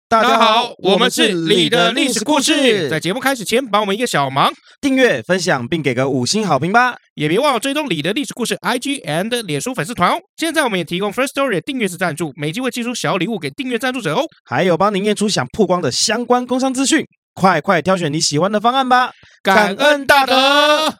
大家好，我们是你的历史故事。在节目开始前，帮我们一个小忙， 订阅、分享并给个5星好评吧！ 也别忘了追踪你的历史故事 IG and 脸书粉丝团哦。现在我们也提供 First Story 的订阅式赞助，每集会寄出小礼物给订阅赞助者哦。 还有帮您验出想曝光的相关工商资讯，快挑选你喜欢的方案吧！ 感恩大德。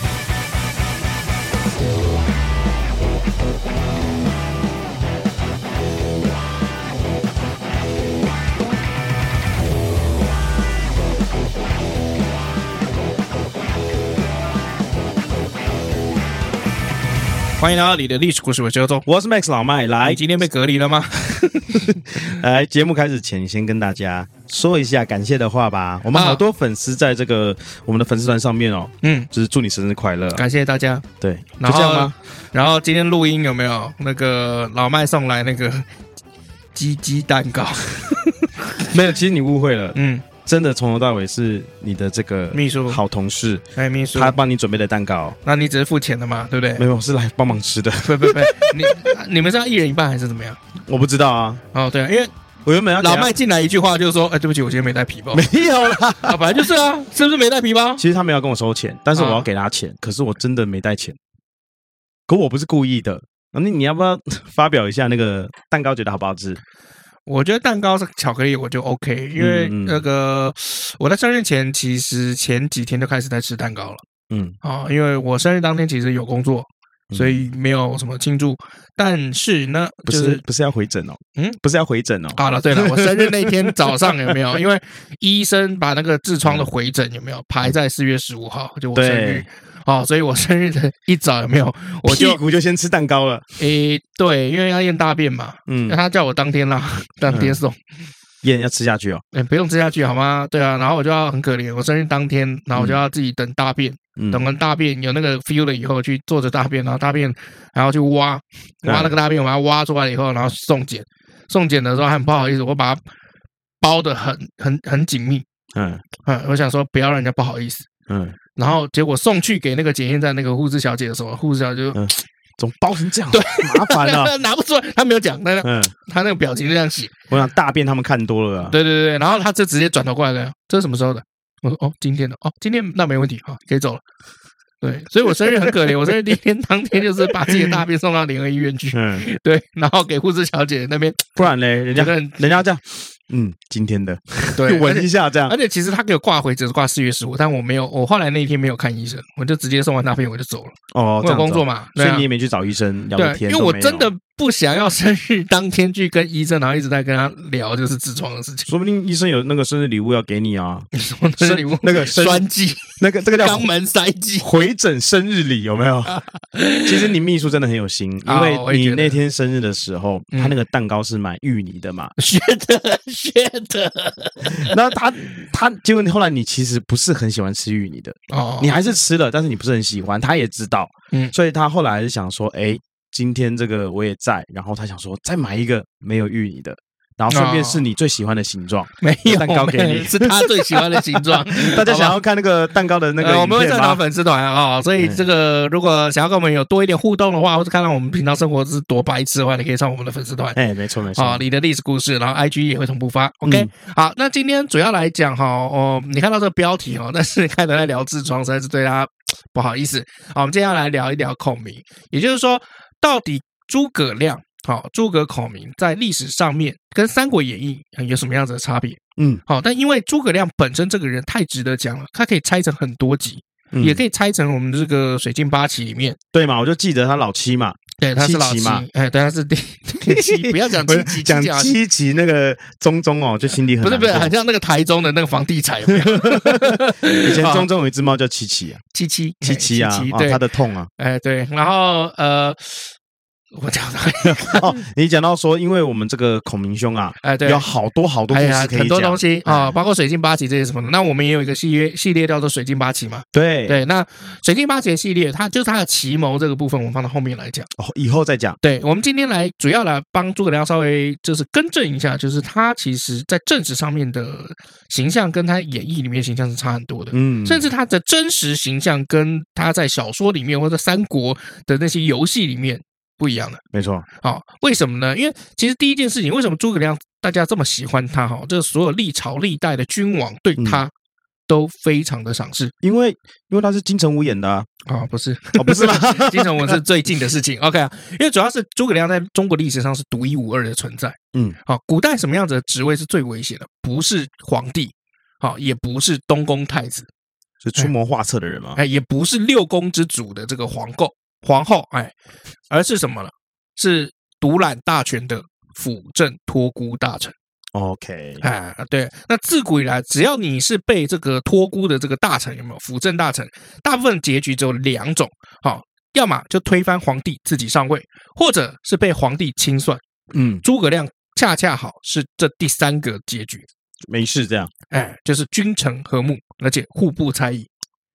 欢迎来到你的历史故事，我是周周， 我是 Max 老麦。来， 你今天被隔离了吗？ 来，节目开始前，先跟大家说一下感谢的话吧。我们好多粉丝在这个我们的粉丝团上面哦，就是祝你生日快乐， 感谢大家。 对，就这样吗？ 然后今天录音有没有那个老麦送来那个鸡蛋糕？ 没有，其实你误会了。真的从头到尾是你的这个秘书好同事， 秘书他帮你准备的蛋糕。 那你只是付钱的嘛，对不对？ 没有，我是来帮忙吃的。 不，你们是要一人一半还是怎么样？ 我不知道啊。 哦，对啊，因为我原本要老麦进来一句话就是说，对不起，我今天没带皮包。 没有啦， 本来就是啊，是不是没带皮包？ 其实他没有跟我收钱，但是我要给他钱，可是我真的没带钱。可我不是故意的。你要不要发表一下那个蛋糕觉得好不好吃？ 我觉得蛋糕是巧克力，我就 OK， 因为那个我在生日前，其实前几天就开始在吃蛋糕了。因为我生日当天其实有工作，所以没有什么庆祝。但是呢， 不是要回诊哦，不是要回诊哦。 好了，对了，我生日那天早上有没有？因为医生把那个痔疮的回诊有没有排在4月15号，就我生日。所以我生日的一早有没有，我屁股就先吃蛋糕了。 对，因为要验大便嘛。他叫我当天啦，当天送。 验要吃下去哦。 不用吃下去好吗？对啊，然后我就要很可怜，我生日当天，然后我就要自己等大便，等完大便有那个 feel 了以后，去坐着大便，然后大便还要去挖那个大便，我把它挖出来以后，然后送检。送检的时候还很不好意思，我把它包得很紧密。我想说不要让人家不好意思。然后结果送去给那个检验站那个护士小姐的时候，护士小姐就怎么包成这样？ 对， 麻烦啊， 拿不出来，他没有讲，他那个表情就这样写。 我想大便他们看多了啊。 对，然后他就直接转头过来了，这是什么时候的？我说今天的。今天那没问题，可以走了。对，所以我生日很可怜，我生日第一天当天就是把自己的大便送到联合医院去。对，然后给护士小姐那边， 不然嘞，人家这样。今天的，对，闻一下这样。 而且其实他给我挂回只是挂4月15，但我没有，我后来那一天没有看医生，我就直接送完大便我就走了。我有工作嘛， 所以你也没去找医生聊个天。 因为我真的不想要生日当天去跟医生，然后一直在跟他聊就是痔疮的事情。 说不定医生有那个生日礼物要给你啊。 生日礼物那个栓剂， 这个叫肛门塞剂， 回诊生日礼有没有？其实你秘书真的很有心，因为你那天生日的时候，他那个蛋糕是买芋泥的嘛。 学的。 那他结果后来你其实不是很喜欢吃芋泥的，你还是吃了，但是你不是很喜欢，他也知道，所以他后来还是想说，今天这个我也在，然后他想说再买一个没有芋泥的，然后顺便是你最喜欢的形状， 没有蛋糕给你， 是他最喜欢的形状。 大家想要看那个蛋糕的那个， 我们会上粉丝团啊，所以这个如果想要跟我们有多一点互动的话，或者看到我们平常生活是多白痴的话，你可以上我们的粉丝团。 没错。 你的历史故事，然后 IG 也会同步发。OK，好，那今天主要来讲你看到这个标题但是开头在聊痔疮，实在是对他不好意思。好，我们接下来聊一聊孔明，也就是说，到底诸葛亮。诸葛孔明在历史上面跟《三国演义》有什么样子的差别？但因为诸葛亮本身这个人太值得讲了，他可以拆成很多集，也可以拆成我们这个水镜8奇里面。 对嘛？我就记得他老七嘛， 对，他是老七嘛，对，他是第7，不要讲7集， 讲7集那个中就心里很不是，很像那个台中的那个房地产有没有？ 以前中有一只猫叫七啊，七啊，对，他的痛啊， 对，然后我讲你讲到说，因为我们这个孔明兄啊， 对， 有好多故事可以讲， 很多东西包括水镜8奇这些什么的。那我们也有一个系列叫做水镜8奇嘛。对，那水镜8奇的系列，它就是它的奇谋这个部分，我们放到后面来讲。 以后再讲。 对，我们今天主要来帮诸葛亮稍微就是更正一下，就是他其实在政治上面的形象跟他演义里面形象是差很多的。甚至他的真实形象跟他在小说里面或者三国的那些游戏里面不一样的。 没错。 好，为什么呢？因为其实第一件事情，为什么诸葛亮大家这么喜欢他？哈，这所有历朝历代的君王对他都非常的赏识， 因为他是金城武演的啊。 不是不是吗？ 金城武是最近的事情。OK 啊，因为主要是诸葛亮在中国历史上是独一无二的存在。好，古代什么样子的职位是最危险的？不是皇帝，好，也不是东宫太子， 是出谋划策的人吗？ 也不是六宫之主的这个皇后，而是什么呢？是独揽大权的辅政托孤大臣。 OK， 对，那自古以来，只要你是被这个托孤的这个大臣，有没有辅政大臣？大部分结局只有2种，好，要么就推翻皇帝自己上位，或者是被皇帝清算。诸葛亮恰恰好是这第3个结局， 没事这样， 就是君臣和睦，而且互不猜疑。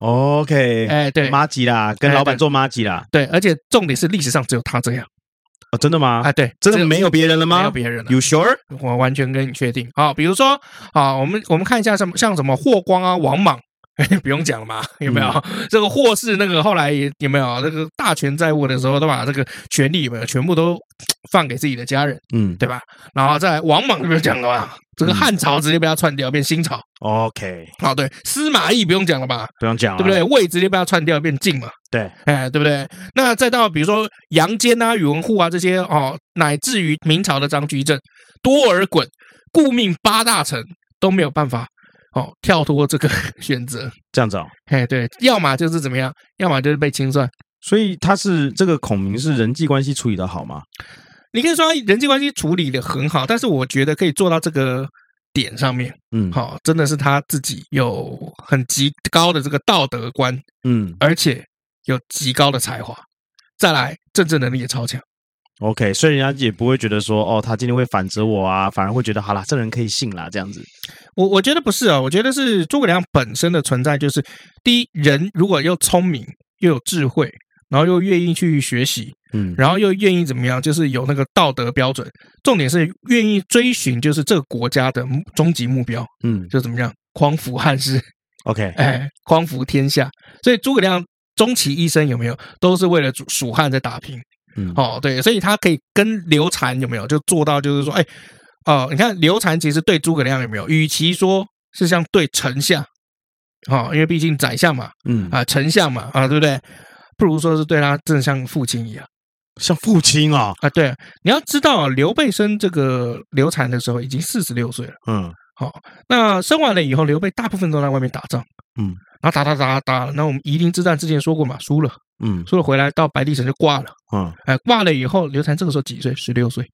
OK， 对， 麻吉啦，跟老板做麻吉啦， 对，而且重点是历史上只有他这样。 真的吗？ 对， 真的没有别人了吗？ 没有别人了。 You sure？ 我完全跟你确定。比如说我们看一下像什么霍光啊、王莽，不用讲了嘛，有没有？这个霍氏那个后来有没有这个大权在握的时候，都把这个权力有没有全部都放给自己的家人，对吧？然后再来王莽就不用讲了吧，这个汉朝直接被他篡掉，变新朝。 OK， 对，司马懿不用讲了吧？ 不用讲了， 对不对？魏直接被他篡掉，变晋嘛。 对， 对不对？那再到比如说杨坚啊、宇文护啊这些乃至于明朝的张居正、多尔衮、顾命8大臣都没有办法跳脱这个选择， 这样子对，要么就是怎么样，要么就是被清算。 所以他是这个孔明是人际关系处理的好吗？ 你可以说他人际关系处理的很好，但是我觉得可以做到这个点上面，真的是他自己有很极高的这个道德观，而且有极高的才华，再来政治能力也超强。 OK， 所以人家也不会觉得说他今天会反责我啊，反而会觉得好啦，这人可以信啦，这样子。 我觉得不是啊，我觉得是诸葛亮本身的存在，就是第一，人如果又聪明又有智慧，然后又愿意去学习，然后又愿意怎么样，就是有那个道德标准，重点是愿意追寻就是这个国家的终极目标，就怎么样匡扶汉室 ，OK， 匡扶天下。所以诸葛亮终其一生有没有都是为了蜀汉在打拼，对，所以他可以跟刘禅有没有就做到，就是说，你看刘禅其实对诸葛亮有没有，与其说是像对丞相，因为毕竟宰相嘛，丞相嘛，对不对？不如说是对他真的像父亲一样， 像父亲啊， 对，你要知道刘备生这个刘禅的时候已经46岁了，那生完了以后，刘备大部分都在外面打仗，然后打，那我们夷陵之战之前说过嘛，输了，输了回来到白帝城就挂了，挂了以后，刘禅这个时候几岁？16岁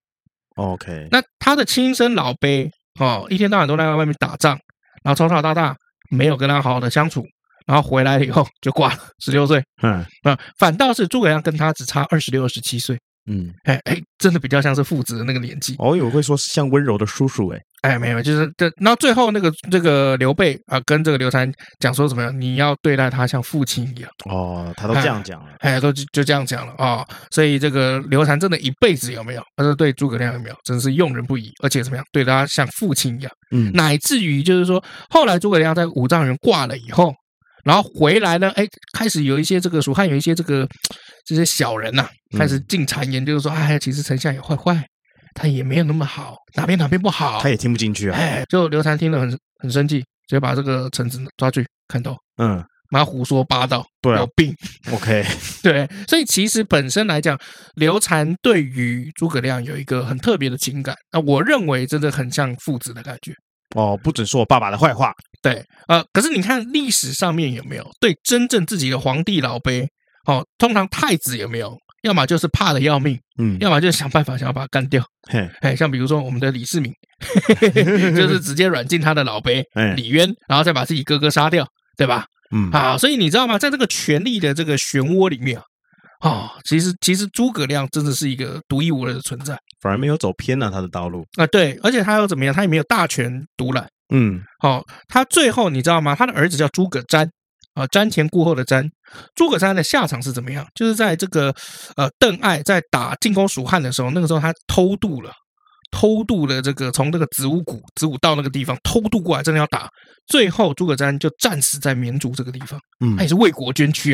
，OK， 那他的亲生老辈一天到晚都在外面打仗，然后从小到大没有跟他好好的相处，然后回来了以后就挂了，16岁，反倒是诸葛亮跟他只差26、27岁，真的比较像是父子的那个年纪。 我以为会说像温柔的叔叔， 没有，就是然后最后这个刘备跟这个刘禅讲说怎么样，你要对待他像父亲一样。 他都这样讲了， 就这样讲了所以这个刘禅真的一辈子有没有，但是对诸葛亮有没有，真是用人不疑，而且怎么样，对他像父亲一样。乃至于就是说，后来诸葛亮在五丈原挂了以后，然后回来呢，开始有一些这个蜀汉有一些这些小人呐，开始进谗言，就是说，其实丞相也坏，他也没有那么好，哪边不好， 他也听不进去啊。 就刘禅听了很生气，直接把这个臣子抓去砍头。妈胡说八道， 对啊， 有病。 OK， 对，所以其实本身来讲，刘禅对于诸葛亮有一个很特别的情感，那我认为真的很像父子的感觉。 不准说我爸爸的坏话。 对，可是你看历史上面有没有对真正自己的皇帝老辈，通常太子有没有？要么就是怕得要命，要么就是想办法想要把他干掉。像比如说我们的李世民，就是直接软禁他的老辈李渊，然后再把自己哥哥杀掉，对吧？所以你知道吗？在这个权力的这个漩涡里面其实诸葛亮真的是一个独一无二的存在， 反而没有走偏了他的道路对，而且他又怎么样？他也没有大权独揽。他最后你知道吗？他的儿子叫诸葛瞻。瞻前顾后的瞻，诸葛瞻的下场是怎么样？就是在这个邓艾在打进攻蜀汉的时候，那个时候他偷渡了这个从这个子午道那个地方偷渡过来，真的要打，最后诸葛瞻就战死在绵竹这个地方，他也是为国捐躯啊。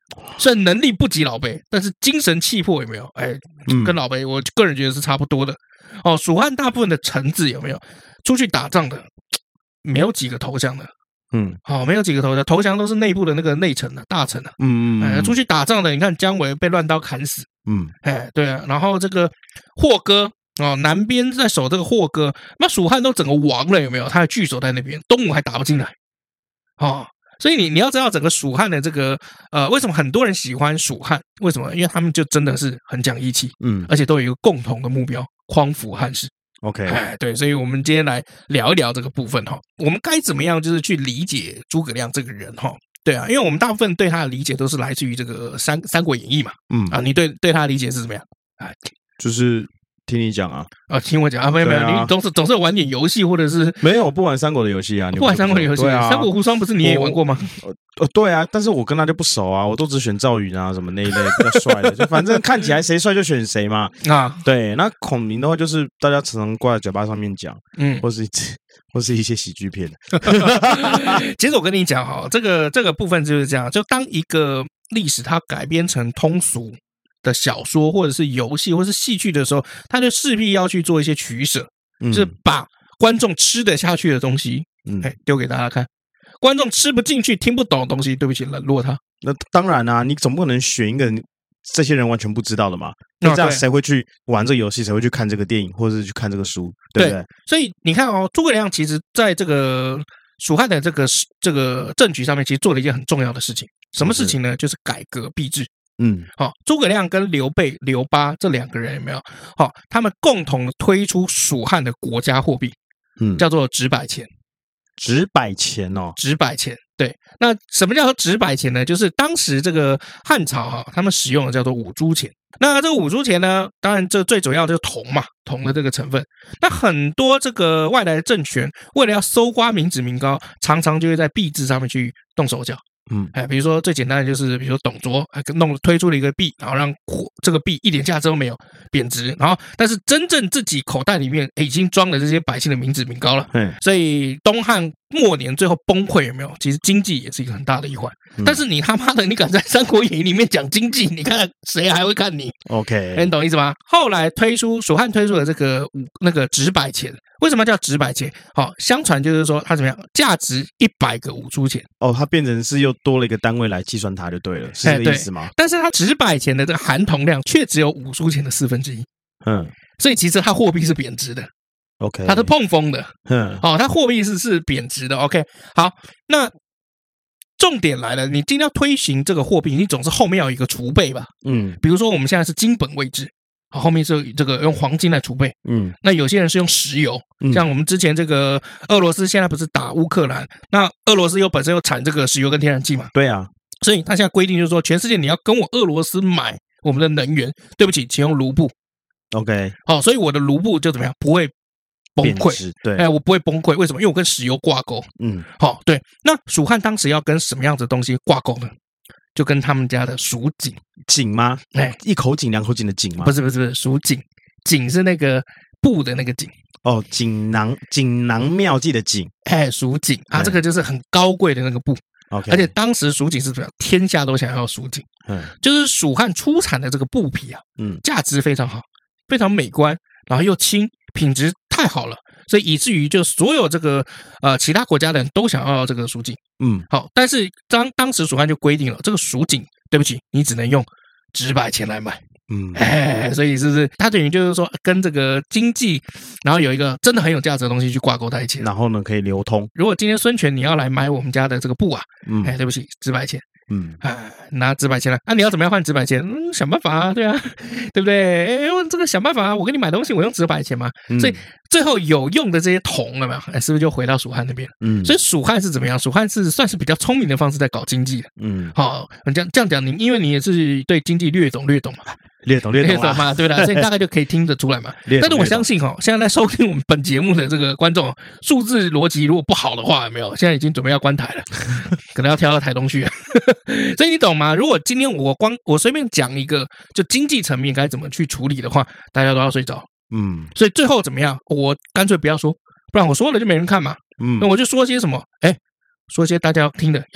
虽然能力不及老辈，但是精神气魄有没有？哎，跟老辈我个人觉得是差不多的。哦，蜀汉大部分的臣子有没有出去打仗的？没有几个投降的。没有几个投降都是内部的那个内臣大臣出去打仗的，你看姜维被乱刀砍死，对啊，然后这个霍哥南边在守这个霍哥，那蜀汉都整个亡了，有没有？他还据守在那边，东吴还打不进来，所以你要知道整个蜀汉的这个为什么很多人喜欢蜀汉？为什么？因为他们就真的是很讲义气，而且都有一个共同的目标，匡扶汉室。 OK， 对，所以我们今天来聊一聊这个部分我们该怎么样就是去理解诸葛亮这个人对啊，因为我们大部分对他的理解都是来自于这个三国演义嘛，你对他的理解是怎么样？ 就是听你讲听我讲没有，你总是玩点游戏或者是没有？我不玩三国的游戏啊， 不玩三国的游戏，三国无双不是你也玩过吗？ 对啊，但是我跟他就不熟啊，我都只选赵云什么那一类比较帅的，就反正看起来谁帅就选谁嘛。对，那孔明的话就是大家常常挂在嘴巴上面讲，或是一些喜剧片。 其实我跟你讲这个部分就是这样，就当一个历史它改编成通俗的小说或者是游戏或是戏剧的时候，他就势必要去做一些取舍，就是把观众吃得下去的东西丢给大家看，观众吃不进去听不懂的东西，对不起冷落他。 那当然你总不能选一个这些人完全不知道的嘛，那这样谁会去玩这个游戏，谁会去看这个电影或者是去看这个书，对不对？ 所以你看诸葛亮其实在这个蜀汉的这个政局上面其实做了一件很重要的事情，什么事情呢？就是改革币制。诸葛亮跟刘备、刘巴这两个人有没有？他们共同推出蜀汉的国家货币，叫做纸百钱。 纸百钱纸百钱。对，那什么叫做纸百钱呢？就是当时这个汉朝他们使用的叫做五铢钱。那这个五铢钱呢，当然这最主要就是铜嘛，铜的这个成分。那很多这个外来的政权为了要搜刮民脂民膏，常常就会在币制上面去动手脚。比如说最简单的就是，比如说董卓推出了一个币，然后让这个币一点价值都没有，贬值，然后但是真正自己口袋里面已经装了这些百姓的民脂民膏了，所以东汉末年最后崩溃有没有？其实经济也是一个很大的一环，但是你他妈的你敢在《三国演义》里面讲经济，你看谁还会看你 ？OK， 你懂意思吗？后来蜀汉推出了这个那个纸百钱。为什么叫纸百钱？相传就是说它怎么样，价值100个五铢钱。 它变成是又多了一个单位来计算它就对了，是这个意思吗？ 但是它纸百钱的这个含铜量却只有五铢钱的1/4。所以其实它货币是贬值的。 OK， 它是碰风的。它货币是贬值的。OK， 好，那重点来了，你今天要推行这个货币，你总是后面要有一个储备吧？比如说我们现在是金本位制。后面是这个用黄金来储备，那有些人是用石油，像我们之前这个俄罗斯现在不是打乌克兰，那俄罗斯本身又产这个石油跟天然气嘛， 对啊， 所以他现在规定就是说，全世界你要跟我俄罗斯买我们的能源，对不起，请用卢布 ，OK， 所以我的卢布就怎么样，不会崩溃， 对， 我不会崩溃，为什么？因为我跟石油挂钩，对，那蜀汉当时要跟什么样子的东西挂钩呢？就跟他们家的蜀锦吗？一口井两口井的井吗？ 不是蜀锦，锦是那个布的那个锦。 锦囊妙计的锦。 蜀锦这个就是很高贵的那个布。 OK， 而且当时蜀锦是怎么样？天下都想要蜀锦。就是蜀汉出产的这个布匹价值非常好，非常美观，然后又轻，品质太好了。所以以至于就所有这个其他国家的人都想要这个蜀锦，但是当时蜀汉就规定了，这个蜀锦，对不起，你只能用纸百钱来买，所以是不是它等于就是说跟这个经济，然后有一个真的很有价值的东西去挂钩在一起， 然后呢可以流通。 如果今天孙权你要来买我们家的这个布对不起，纸百钱。拿纸百钱来，你要怎么样换纸百钱？想办法对啊，对不对？这个想办法我给你买东西，我用纸百钱嘛。所以最后有用的这些铜了没有？是不是就回到蜀汉那边？所以蜀汉是怎么样？蜀汉是算是比较聪明的方式在搞经济的。好，这样讲，因为你也是对经济略懂嘛。略懂嘛，对吧？所以大概就可以听得出来嘛。但是我相信现在在收听我们本节目的这个观众，数字逻辑如果不好的话，有没有？现在已经准备要关台了，可能要跳到台东去了。所以你懂吗？如果今天我随便讲一个，就经济层面该怎么去处理的话，大家都要睡着。所以最后怎么样？我干脆不要说，不然我说了就没人看嘛。那我就说些什么？说些大家要听的、要看的。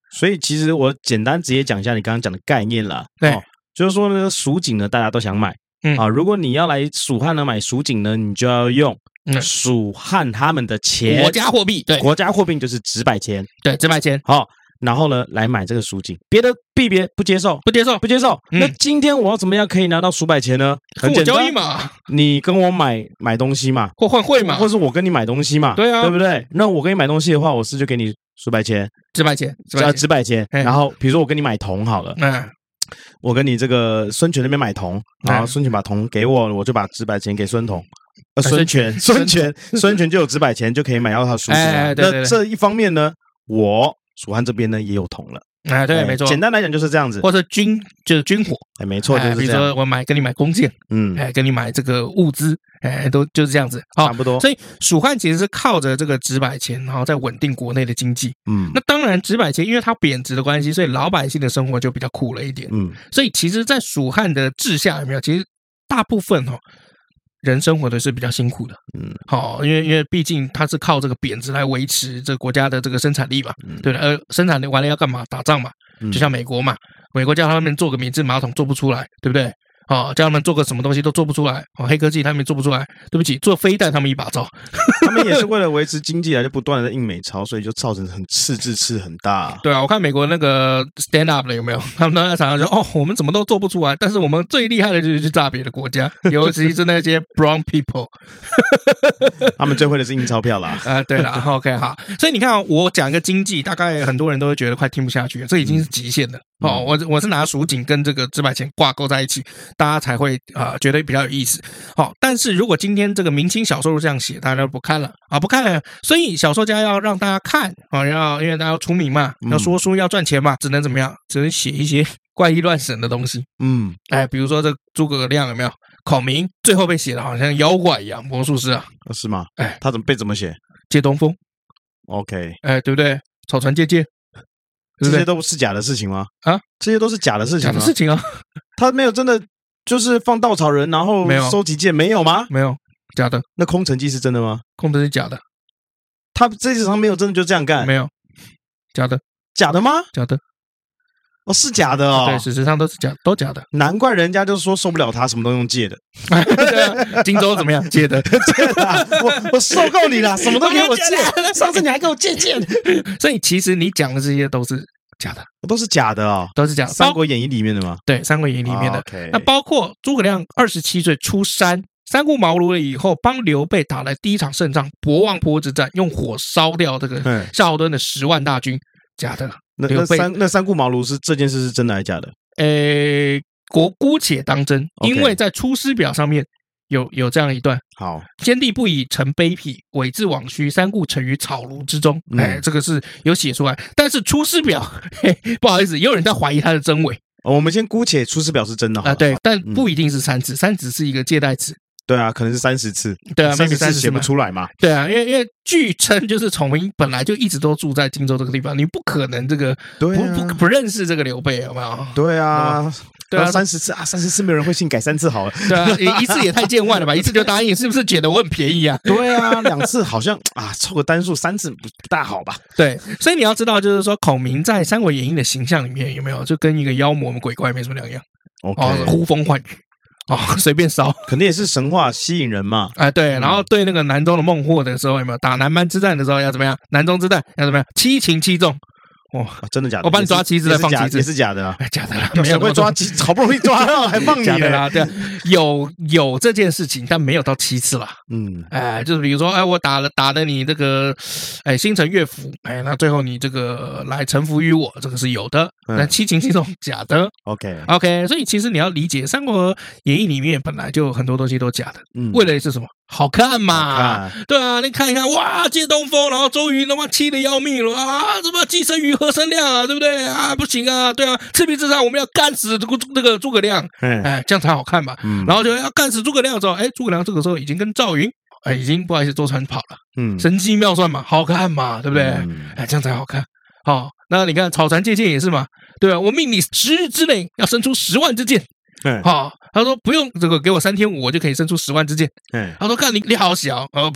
所以其实我简单直接讲一下你刚刚讲的概念啦。 对， 就是说呢，蜀锦呢大家都想买，如果你要来蜀汉呢买蜀锦呢，你就要用蜀汉他们的钱， 国家货币，对， 国家货币就是纸百钱， 对，纸百钱， 好。然后呢，来买这个蜀锦，别的币别不接受， 不接受， 不接受。那今天我要怎么样可以拿到蜀百钱呢？很简单， 交易嘛， 你跟我买东西嘛， 或换汇嘛， 或是我跟你买东西嘛， 对啊， 对不对？那我跟你买东西的话，我是就给你蜀百钱， 纸百钱， 纸百钱。然后比如说我跟你买铜好了，我跟你这个孙权那边买铜，然后孙权把铜给我，我就把纸百钱给孙权。孙权就有纸百钱，就可以买到他的蜀锦。那这一方面呢，我蜀汉这边呢也有铜了。 对，没错。 简单来讲就是这样子， 或者就是军火， 没错，就是这样。 比如说我跟你买弓箭，跟你买这个物资，都就是这样子， 差不多。 所以蜀汉其实是靠着这个纸百钱，然后在稳定国内的经济。那当然纸百钱因为它贬值的关系，所以老百姓的生活就比较苦了一点。所以其实，在蜀汉的治下有没有？其实大部分人生活的是比较辛苦的，因为毕竟它是靠这个贬值来维持这个国家的这个生产力嘛，对的，生产力完了要干嘛？打仗嘛，就像美国嘛，美国叫他们做个免治马桶做不出来，对不对？叫他们做个什么东西都做不出来，黑科技他们做不出来，对不起，做飞弹他们一把照， 他们也是为了维持经济就不断的印美钞，所以就造成赤字很大。 对啊，我看美国那个 stand up 的有没有？他们都在常常说我们怎么都做不出来，但是我们最厉害的就是去炸别的国家，尤其是那些 brown people， 他们最会的是印钞票啦。 对啦 OK 好，所以你看我讲一个经济，大概很多人都会觉得快听不下去了，这已经是极限了。我是拿蜀锦跟这个纸百钱挂钩在一起，大家才会觉得比较有意思。但是如果今天这个明清小说这样写，大家都不看了不看了。所以小说家要让大家看因为大家要出名嘛，要说书要赚钱嘛，只能怎么样？只能写一些怪异乱神的东西。比如说这诸葛亮有没有？孔明最后被写的好像妖怪一样，魔术师啊， 是吗？他怎么写？ 借东风 ，OK， 对不对？草船借箭。 这些都是假的事情吗？这些都是假的事情吗？ 假的事情啊！ 他没有真的就是放稻草人，然后收集剑，没有吗？ 没有，假的。 那空城计是真的吗？ 空城是假的。 他这史上没有真的就这样干？ 没有，假的吗？ 假的。 是假的哦。 对，事实上都是都假的。 难怪人家就说受不了他，什么都用借的。 荆州怎么样？借的， 借的。我受够你了，什么都给我借。上次你还给我借剑。 所以其实你讲的这些都是假的， 都是假的哦， 都是假的。《 三国演义》里面的吗？ 对，《三国演义》里面的。那包括诸葛亮27岁出山，三顾茅庐了以后，帮刘备打了第一场胜仗——博望坡之战，用火烧掉这个夏侯惇的10万大军，假的。 那三顾茅庐这件事是真的还是假的？ 姑且当真，因为在《出师表》上面有这样一段。 好， 先帝不以臣卑鄙，委自枉须，三顾臣于草庐之中。这个是有写出来，但是《出师表》不好意思，也有人在怀疑它的真伪。 我们先姑且《出师表》是真的对，但不一定是3次，3次是一个借代词。 对啊，可能是30次。 对啊 ，30次写不出来嘛。 对啊，因为据称就是孔明本来就一直都住在荆州这个地方，你不可能这个不认识这个刘备，有没有？ 对啊。对啊，30次啊，30次没有人会信，改3次好了。 对啊，一次也太见外了吧？一次就答应，是不是觉得我很便宜啊？ 对啊，2次好像凑个单数，3次不大好吧？ 对，所以你要知道，就是说孔明在《三国演义》的形象里面有没有就跟一个妖魔鬼怪没什么两样？呼风唤雨。随便烧， 肯定也是神话吸引人嘛。 对，然后对那个南中的孟获的时候有没有打南蛮之战的时候要怎么样？南中之战要怎么样？7擒7纵。 真的假的？ 我帮你抓旗子再放旗子， 也是假的啊， 假的啦， 没有会抓，好不容易抓到还放你啦，对，有这件事情，但没有到7次啦。就是比如说，我打了你这个，星辰乐府，那最后你这个来臣服于我，这个是有的，但7擒7纵假的。OK， 所以其实你要理解《三国演义》里面本来就很多东西都假的，为的是什么？好看嘛，对啊，你看一看，哇，借东风，然后周瑜他妈气得要命了啊，什么既生瑜何生亮啊，对不对啊？不行啊，对啊，赤壁之战我们要干死这个诸葛亮，这样才好看嘛。然后就要干死诸葛亮的时候，诸葛亮这个时候已经跟赵云，已经不好意思坐船跑了，神机妙算嘛，好看嘛，对不对？这样才好看。好，那你看草船借箭也是嘛，对啊，我命你10日之内要生出10万支箭。他说不用这个，给我3天5，我就可以生出10万支箭。他说看你好小，不信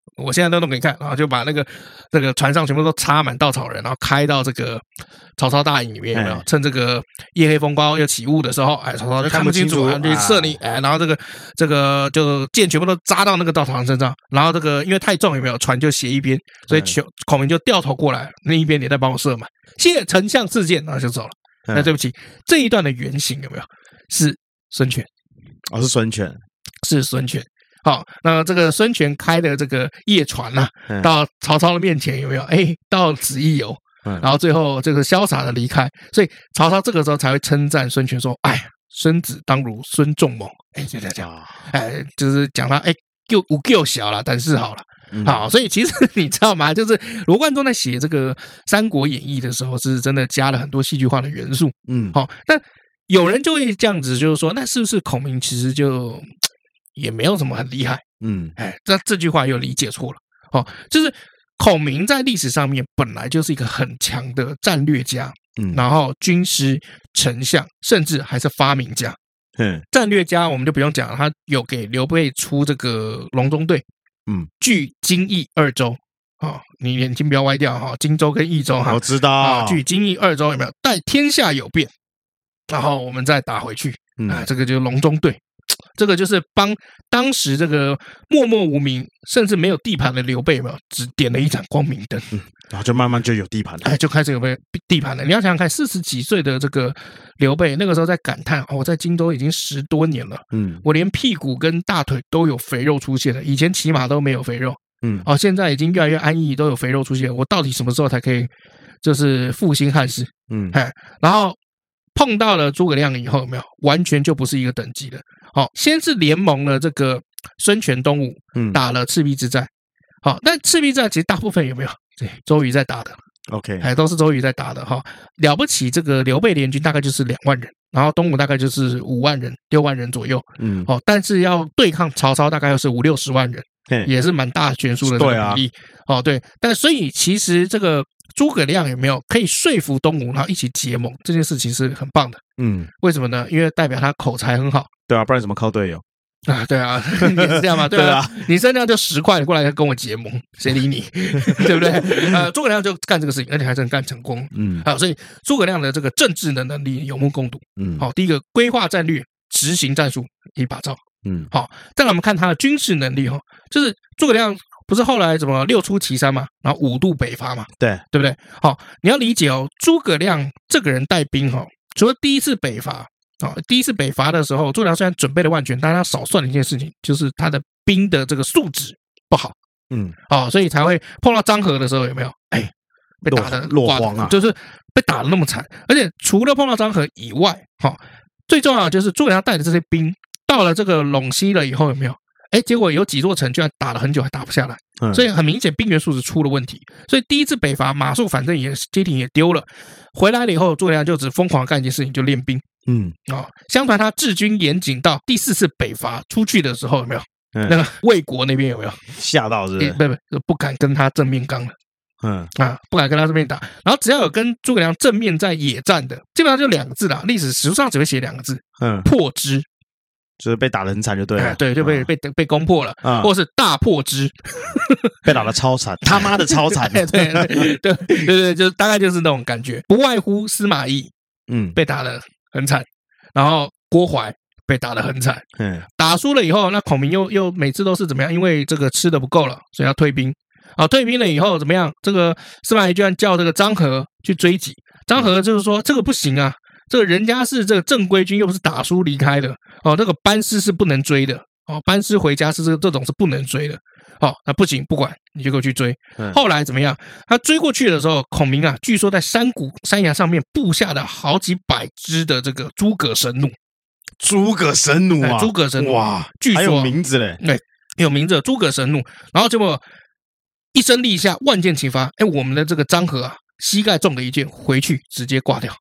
我现在都弄给你看，然后就把这个船上全部都插满稻草人，然后开到这个曹操大营里面，有没有？趁这个夜黑风高要起雾的时候，哎，曹操就看不清楚，就射你，哎，然后这个就箭全部都扎到那个稻草人身上，然后这个因为太重，有没有？船就斜一边，所以孔明就掉头过来，另一边你再帮我射嘛，谢丞相赐箭，然后就走了。那对不起，这一段的原型有没有是孙权？ 哦，是孙权， 是孙权。好，那这个孙权开的这个夜船啊，到曹操的面前有没有？哎，到此一游，然后最后这个潇洒的离开，所以曹操这个时候才会称赞孙权说：“哎，孙子当如孙仲谋。”哎，就这样，哎，就是讲他哎，够小了，但是好了。好，所以其实你知道吗？就是罗贯中在写这个《三国演义》的时候，是真的加了很多戏剧化的元素。好，但有人就会这样子，就是说，那是不是孔明其实就也没有什么很厉害？哎，这句话又理解错了。哦，就是孔明在历史上面本来就是一个很强的战略家，然后军师、丞相，甚至还是发明家。战略家我们就不用讲了，他有给刘备出这个隆中对。据荆益2州啊，你眼睛不要歪掉哈，荆州跟益州哈， 我知道。 据荆益2州有没有？待天下有变，然后我们再打回去。这个就是隆中对，这个就是帮当时这个默默无名甚至没有地盘的刘备有没有？只点了一盏光明灯， 然后就慢慢就有地盘了， 哎，就开始有地盘了。你要想想看，40几岁的这个刘备，那个时候在感叹我在荆州已经10多年了，我连屁股跟大腿都有肥肉出现了，以前骑马都没有肥肉，现在已经越来越安逸，都有肥肉出现，我到底什么时候才可以就是复兴汉室？然后碰到了诸葛亮以后，有没有完全就不是一个等级的？好，先是联盟了这个孙权、东吴，打了赤壁之战。好，但赤壁之战其实大部分有没有？对，周瑜在打的。 OK， 还都是周瑜在打的哈。了不起，这个刘备联军大概就是2万人，然后东吴大概就是5万人、6万人左右。但是要对抗曹操，大概又是50-60万人，也是蛮大悬殊的这个比例。对，但所以其实这个诸葛亮有没有可以说服东吴，然后一起结盟，这件事情是很棒的。为什么呢？因为代表他口才很好。 对啊，不然怎么靠队友？ 对啊，你是这样吗？对啊，你身上就10块，你过来跟我结盟，谁理你？对不对？诸葛亮就干这个事情，而且还真干成功。所以诸葛亮的这个政治的能力有目共睹。好，第一个规划战略、执行战术一把照。好，再来我们看他的军事能力就是诸葛亮不是后来怎么6出祁山嘛，然后5渡北伐嘛，对不对？好，你要理解诸葛亮这个人带兵除了第一次北伐。第一次北伐的时候，诸葛亮虽然准备了万全，但他少算了一件事情，就是他的兵的这个素质不好。所以才会碰到漳河的时候有没有？哎，被打的落荒啊， 就是被打的那么惨。而且除了碰到漳河以外，最重要的就是诸葛亮带着这些兵到了这个陇西了以后有没有？哎，结果有几座城居然打了很久还打不下来，所以很明显兵员素质出了问题。所以第一次北伐，马谡反正也街亭也丢了，回来了以后，诸葛亮就只疯狂干一件事情，就练兵。相传他治军严谨到第4次北伐出去的时候有没有？那个魏国那边有没有吓到？是不敢跟他正面刚了。不敢跟他正面打。然后只要有跟诸葛亮正面在野战的，基本上就2个字啦，历史书上只会写2个字，破之。 就是被打得很惨就对了， 对，就被攻破了，或是大破之， 被打得超惨，他妈的超惨， 对，就是大概就是那种感觉，不外乎司马懿，被打得很惨，然后郭淮被打得很惨，打输了以后，那孔明又每次都是怎么样？因为这个吃的不够了，所以要退兵。退兵了以后怎么样？这个司马懿居然叫这个张合去追击，张合就是说这个不行啊。这个人家是这个正规军，又不是打输离开的这个班师是不能追的班师回家是这种是不能追的那不行，不管你就给我去追。后来怎么样？他追过去的时候，孔明据说在山崖上面布下了好几百只的这个诸葛神弩。 诸葛神弩啊， 诸葛神弩哇， 据说还有名字嘞， 对，有名字诸葛神弩。然后结果一声令下，万箭齐发，我们的这个张合膝盖中了一箭，回去直接挂掉。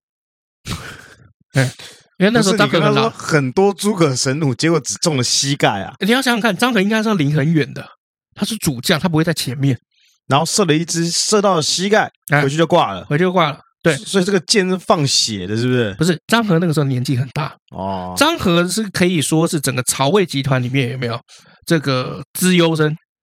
因为那时候张合说很多诸葛神弩，结果只中了膝盖啊！ 你要想想看，张合应该是要离很远的，他是主将，他不会在前面， 然后射了一支，射到了膝盖，回去就挂了， 对， 所以这个箭是放血的，是不是？ 不是，张合那个时候年纪很大张合是可以说是整个曹魏集团里面有没有这个资优生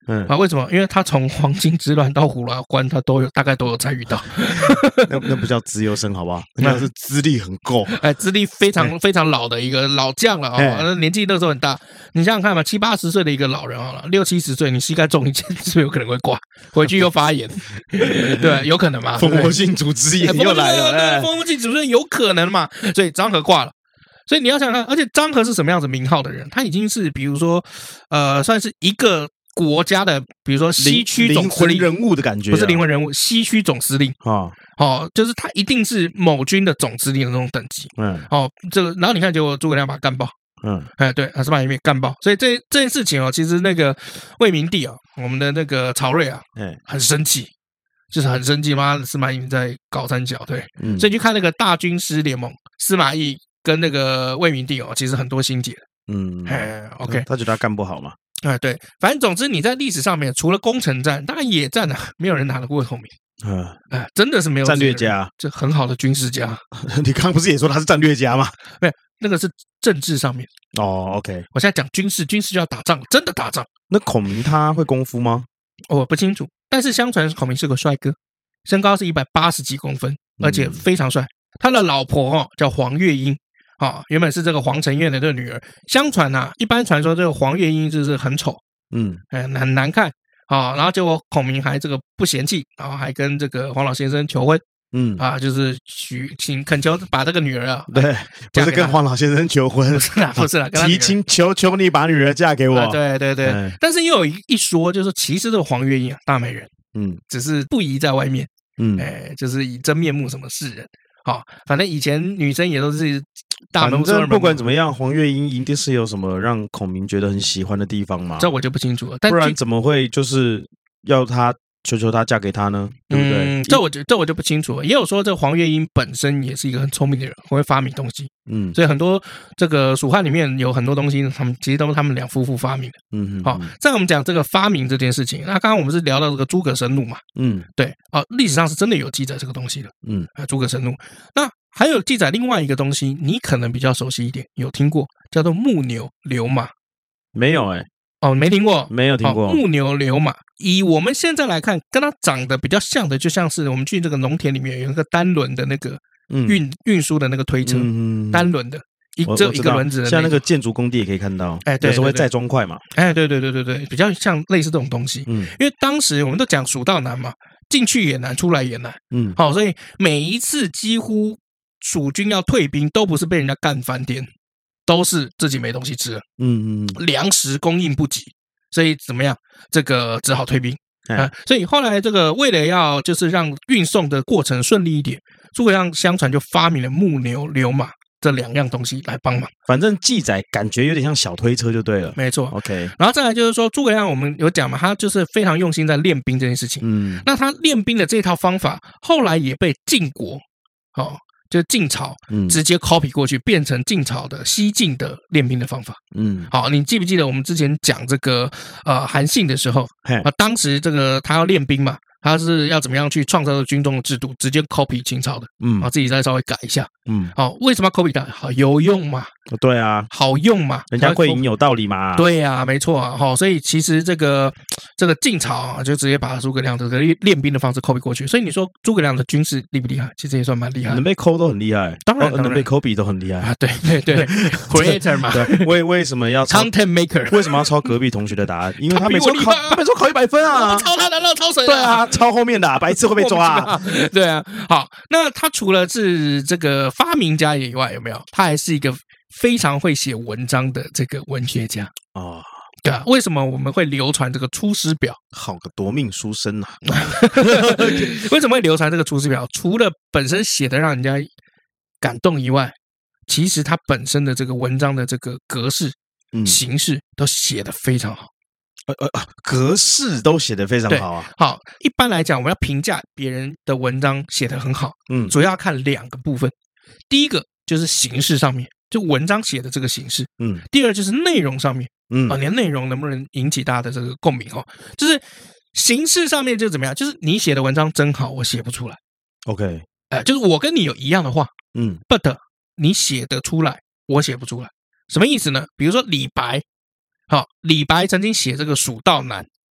为什么？因为他从黄巾之乱到虎牢关，他大概都有参与到。 那不叫资优生好不好？那是资历很够， 资历非常老的一个老将了啊，年纪那时候很大。你想想看嘛，70、80岁的一个老人好了，60、70岁，你膝盖中一箭，是不是有可能会挂？回去又发炎，对，有可能嘛？ 蜂窝性组织炎又来了， 蜂窝性组织炎有可能嘛？所以张合挂了。所以你要想想看，而且张合是什么样子名号的人？他已经是比如说，算是一个国家的，比如说西区总司令人物的感觉， 不是灵魂人物，西区总司令就是他一定是某军的总司令的那种等级。这个，然后你看，结果诸葛亮把他干爆。对，司马懿被干爆。所以这件事情其实那个魏明帝我们的那个曹睿很生气，就是很生气嘛，司马懿在搞三角，对，所以你去看那个大军师联盟，司马懿跟那个魏明帝其实很多心结的。OK， 他觉得他干不好嘛。 对，反正总之你在历史上面，除了攻城战，当然野战没有人拿得过孔明。真的是没有战略家， 这很好的军事家。 你刚刚不是也说他是战略家吗？ 没有，那个是政治上面。 OK， 我现在讲军事，军事就要打仗，真的打仗。 那孔明他会功夫吗？ 我不清楚，但是相传孔明是个帅哥，身高是180几公分，而且非常帅。他的老婆叫黄月英。原本是这个黄承彦的这个女儿。相传一般传说这个黄月英就是很丑，很难看然后结果孔明还这个不嫌弃，然后还跟这个黄老先生求婚，就是恳求把这个女儿对，不是跟黄老先生求婚， 不是啦， 提亲求你把女儿嫁给我。 对，但是又有一说，就是其实这个黄月英大美人，只是不宜在外面，就是以真面目什么示人。反正以前女生也都是大门。 反正不管怎么样，黄月英一定是有什么让孔明觉得很喜欢的地方嘛。 这我就不清楚了。 不然怎么会就是要他求他嫁给他呢？对不对？ 这我就不清楚了。也有说这黄月英本身也是一个很聪明的人，很会发明东西。所以很多这个蜀汉里面有很多东西，他们其实都是他们两夫妇发明的。在我们讲这个发明这件事情，那刚刚我们是聊到这个诸葛神弩嘛。对历史上是真的有记载这个东西的。诸葛神弩。那还有记载另外一个东西，你可能比较熟悉一点，有听过叫做木牛流马？ 没有没听过， 没有听过。 木牛流马，以我们现在来看，跟它长得比较像的，就像是我们去这个农田里面有一个单轮的那个运输的那个推车，单轮的，只有一个轮子的， 像那个建筑工地也可以看到，有时候会载砖块嘛。 对，比较像类似这种东西。因为当时我们都讲蜀道难嘛，进去也难，出来也难。所以每一次几乎蜀军要退兵，都不是被人家干翻天，都是自己没东西吃了。粮食供应不及，所以怎么样？这个只好退兵。所以后来这个为了要就是让运送的过程顺利一点，诸葛亮相传就发明了木牛流马这两样东西来帮忙。 反正记载感觉有点像小推车就对了。 没错。 OK， 然后再来就是说，诸葛亮我们有讲嘛，他就是非常用心在练兵这件事情。那他练兵的这套方法，后来也被晋国就是晋朝直接 copy 过去，变成晋朝的西晋的练兵的方法。好，你记不记得我们之前讲这个韩信的时候当时这个他要练兵嘛，他是要怎么样去创造军中的制度，直接 copy 秦朝的，自己再稍微改一下。为什么要 copy 它？好有用嘛？ 对啊， 好用嘛？ 人家会赢有道理嘛？ 对啊，没错啊。所以其实这个晋朝就直接把诸葛亮这个练兵的方式 copy 过去。所以你说诸葛亮的军事厉不厉害？其实也算蛮厉害， 能被抠都很厉害， 当然能被 copy 都很厉害啊。对，creator 嘛。 对，为什么要 content maker？ 为什么要抄隔壁同学的答案？因为他每次考100分啊， 抄他难道抄谁？ 对啊，抄后面的白痴会被抓。 对啊，好，那他除了是这个发明家以外，有没有？他还是一个非常会写文章的这个文学家对啊，为什么我们会流传这个《出师表》？ 好个夺命书生啊！ 为什么会流传这个《出师表》？除了本身写的让人家感动以外，其实他本身的这个文章的这个格式、形式都写得非常好。 格式都写得非常好啊！ 好，一般来讲，我们要评价别人的文章写得很好，主要看两个部分。第一个就是形式上面，就文章写的这个形式。第二就是内容上面，你的内容能不能引起大家的这个共鸣就是形式上面就怎么样？就是你写的文章真好，我写不出来。 OK， 就是我跟你有一样的话，but 你写得出来，我写不出来。什么意思呢？比如说李白。李白曾经写这个蜀道难，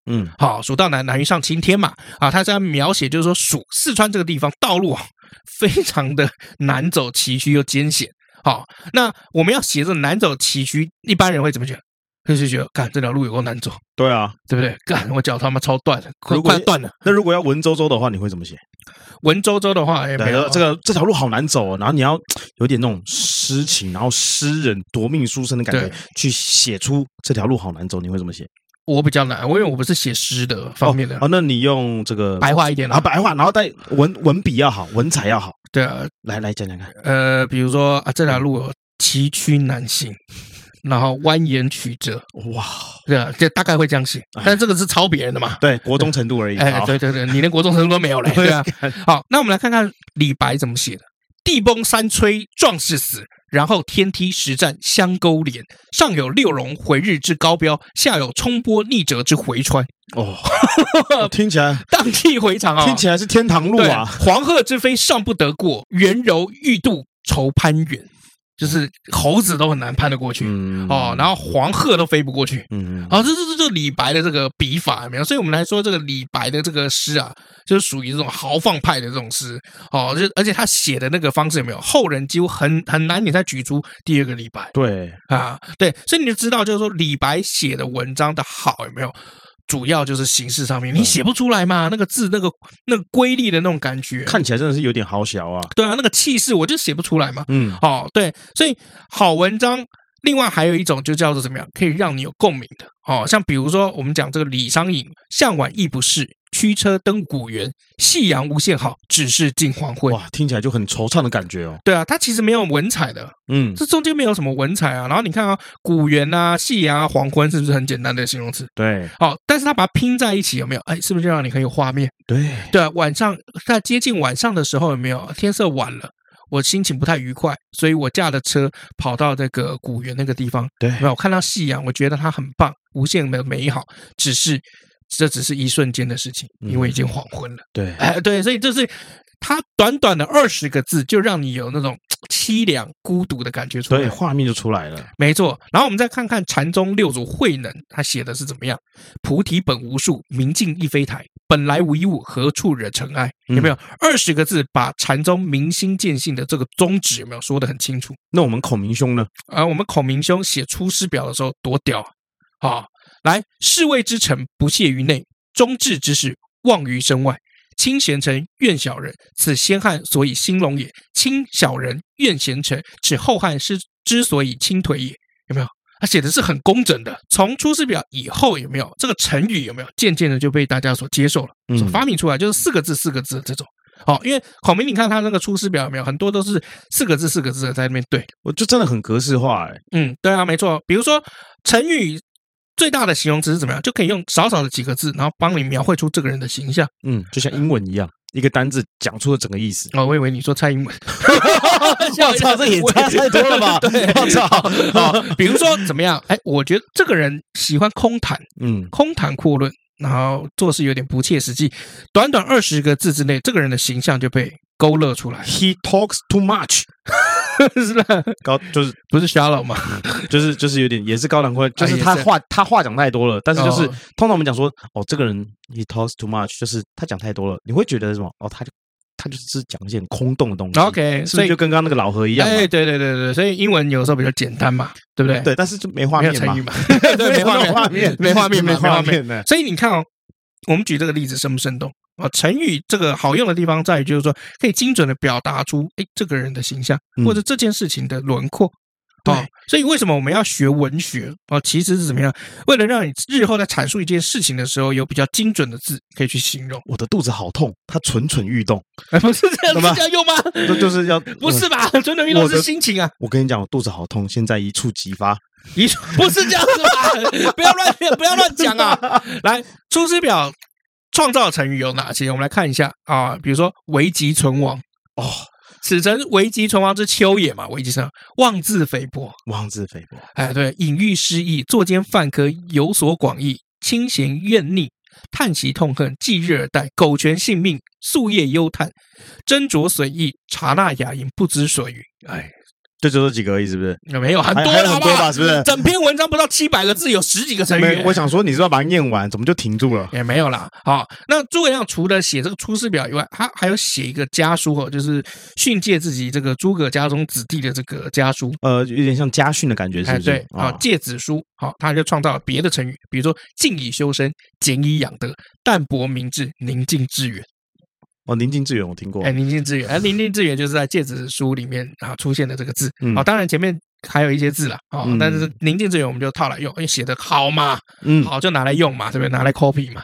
好，蜀道难于上青天嘛，啊，他在描写就是说四川这个地方道路非常的难走崎岖又艰险。好，那我们要写这难走崎岖，一般人会怎么讲？就是觉得，干这条路有够难走。对啊， 对不对？干我脚他妈超断了，快断了。 那如果要文绉绉的话，你会怎么写？ 文绉绉的话，没有这条路好难走，然后你要有点那种诗情，然后诗人夺命书生的感觉，去写出这条路好难走，你会怎么写？ 我比较难，因为我不是写诗的方面的。 那你用这个白话一点啊，白话，然后带文笔要好，文采要好。 对啊， 来讲讲看。 比如说啊，这条路有崎岖难行。然后蜿蜒曲折，哇，对啊，这大概会这样写，但这个是抄别人的嘛？ 对，国中程度而已。 对，你连国中程度都没有嘞，对啊。好，那我们来看看李白怎么写的：地崩山摧壮士死，然后天梯石栈相勾连，上有六龙回日之高标，下有冲波逆折之回川。 听起来荡气回肠啊！ 听起来是天堂路啊！ 黄鹤之飞上不得过，圆柔欲度愁攀援。就是猴子都很难攀得过去然后黄鹤都飞不过去这李白的这个笔法有没有？所以我们来说这个李白的这个诗啊，就是属于这种豪放派的这种诗而且他写的那个方式有没有？后人几乎很难你再举出第二个李白。 对对，所以你就知道就是说李白写的文章的好有没有？主要就是形式上面，你写不出来嘛？那个字，那个瑰丽的那种感觉， 看起来真的是有点好小啊。 对啊，那个气势我就写不出来嘛。对，所以好文章，另外还有一种就叫做怎么样，可以让你有共鸣的像比如说我们讲这个李商隐，向晚意不适，驱车登古原，夕阳无限好，只是近黄昏。 哇，听起来就很惆怅的感觉哦。 对啊，它其实没有文采的，这中间没有什么文采啊。然后你看啊，古原啊、夕阳啊、黄昏，是不是很简单的形容词？ 对， 但是它把它拼在一起，有没有？是不是就让你很有画面？对啊，晚上在接近晚上的时候，有没有？天色晚了。我心情不太愉快，所以我驾的车跑到这个古原那个地方，对，我看到夕阳，我觉得它很棒，无限的美好。这只是一瞬间的事情，因为已经黄昏了。对，所以这是它短短的20个字，就让你有那种凄凉孤独的感觉出来， 对，画面就出来了。 没错。然后我们再看看禅宗六祖慧能，他写的是怎么样？菩提本无树，明镜亦非台，本来无一物，何处惹尘埃？有没有20个字把禅宗明心见性的这个宗旨有没有说得很清楚？ 那我们孔明兄呢？ 我们孔明兄写出师表的时候多屌啊！来，士卫之臣不懈于内，忠志之士忘于身外。亲贤臣，怨小人，此先汉所以兴隆也；亲小人，怨贤臣，此后汉之所以倾颓也。有没有？他写的是很工整的。从出师表以后，有没有这个成语？有没有渐渐的就被大家所接受了？所发明出来就是4个字4个字的这种。因为孔明，你看他那个出师表有没有很多都是4个字4个字的在那边对， 我就真的很格式化对啊，没错。比如说成语。最大的形容词是怎么样？就可以用少少的几个字，然后帮你描绘出这个人的形象。 就像英文一样，一个单字讲出了整个意思。 我以为你说蔡英文， 我操，这也差太多了吧？我操！ 比如说怎么样？我觉得这个人喜欢空谈，空谈阔论，然后做事有点不切实际。短短20个字之内，这个人的形象就被勾勒出来。 He talks too much 是吧？ 就是不是 shallow 吗？ 就是有点也是高谈阔论，就是他话讲太多了。但是就是通常我们讲说这个人 he talks too much， 就是他讲太多了，你会觉得什么？他就是讲一些很空洞的东西。 OK， 所以就跟刚刚那个老何一样。 对，所以英文有时候比较简单嘛，对不对？ 对，但是就没画面嘛， 对，没画面。所以你看我们举这个例子生不生动？成语这个好用的地方在于，就是说可以精准的表达出这个人的形象，或者这件事情的轮廓。所以为什么我们要学文学？其实是怎么样？为了让你日后在阐述一件事情的时候，有比较精准的字可以去形容。 我的肚子好痛，它蠢蠢欲动。 不是这样，是这样用吗？ 就是要不是吧？蠢蠢欲动是心情啊。 我跟你讲，我肚子好痛，现在一触即发。 不是这样子吧？不要乱讲啊！来，出师表创造的成语有哪些？我们来看一下比如说危急存亡此诚危急存亡之秋也嘛，危急存亡，妄自菲薄，对，隐喻失意，作奸犯科，有所广益，清闲怨逆，叹息痛恨，继日而待，苟全性命，夙夜忧叹，斟酌随意，察纳雅言，不知所云。 就只有这几个而已，是不是？ 没有很多还有很多吧，是不是？ 整篇文章不到700个字，有10几个成语。 我想说，你是要把它念完，怎么就停住了？ 也没有啦。好，那诸葛亮除了写这个《出师表》以外，他还有写一个家书就是训诫自己这个诸葛家中子弟的这个家书。 有点像家训的感觉，是不是？ 对，诫子书。好，他就创造了别的成语，比如说静以修身、俭以养德、淡泊明志、宁静致远。 宁静致远我听过。 宁静致远，宁静致远就是在诫子书里面出现的这个字。当然前面还有一些字啦，但是宁静致远我们就套来用，因为写的好嘛，好就拿来用嘛，对不对？拿来 copy 嘛。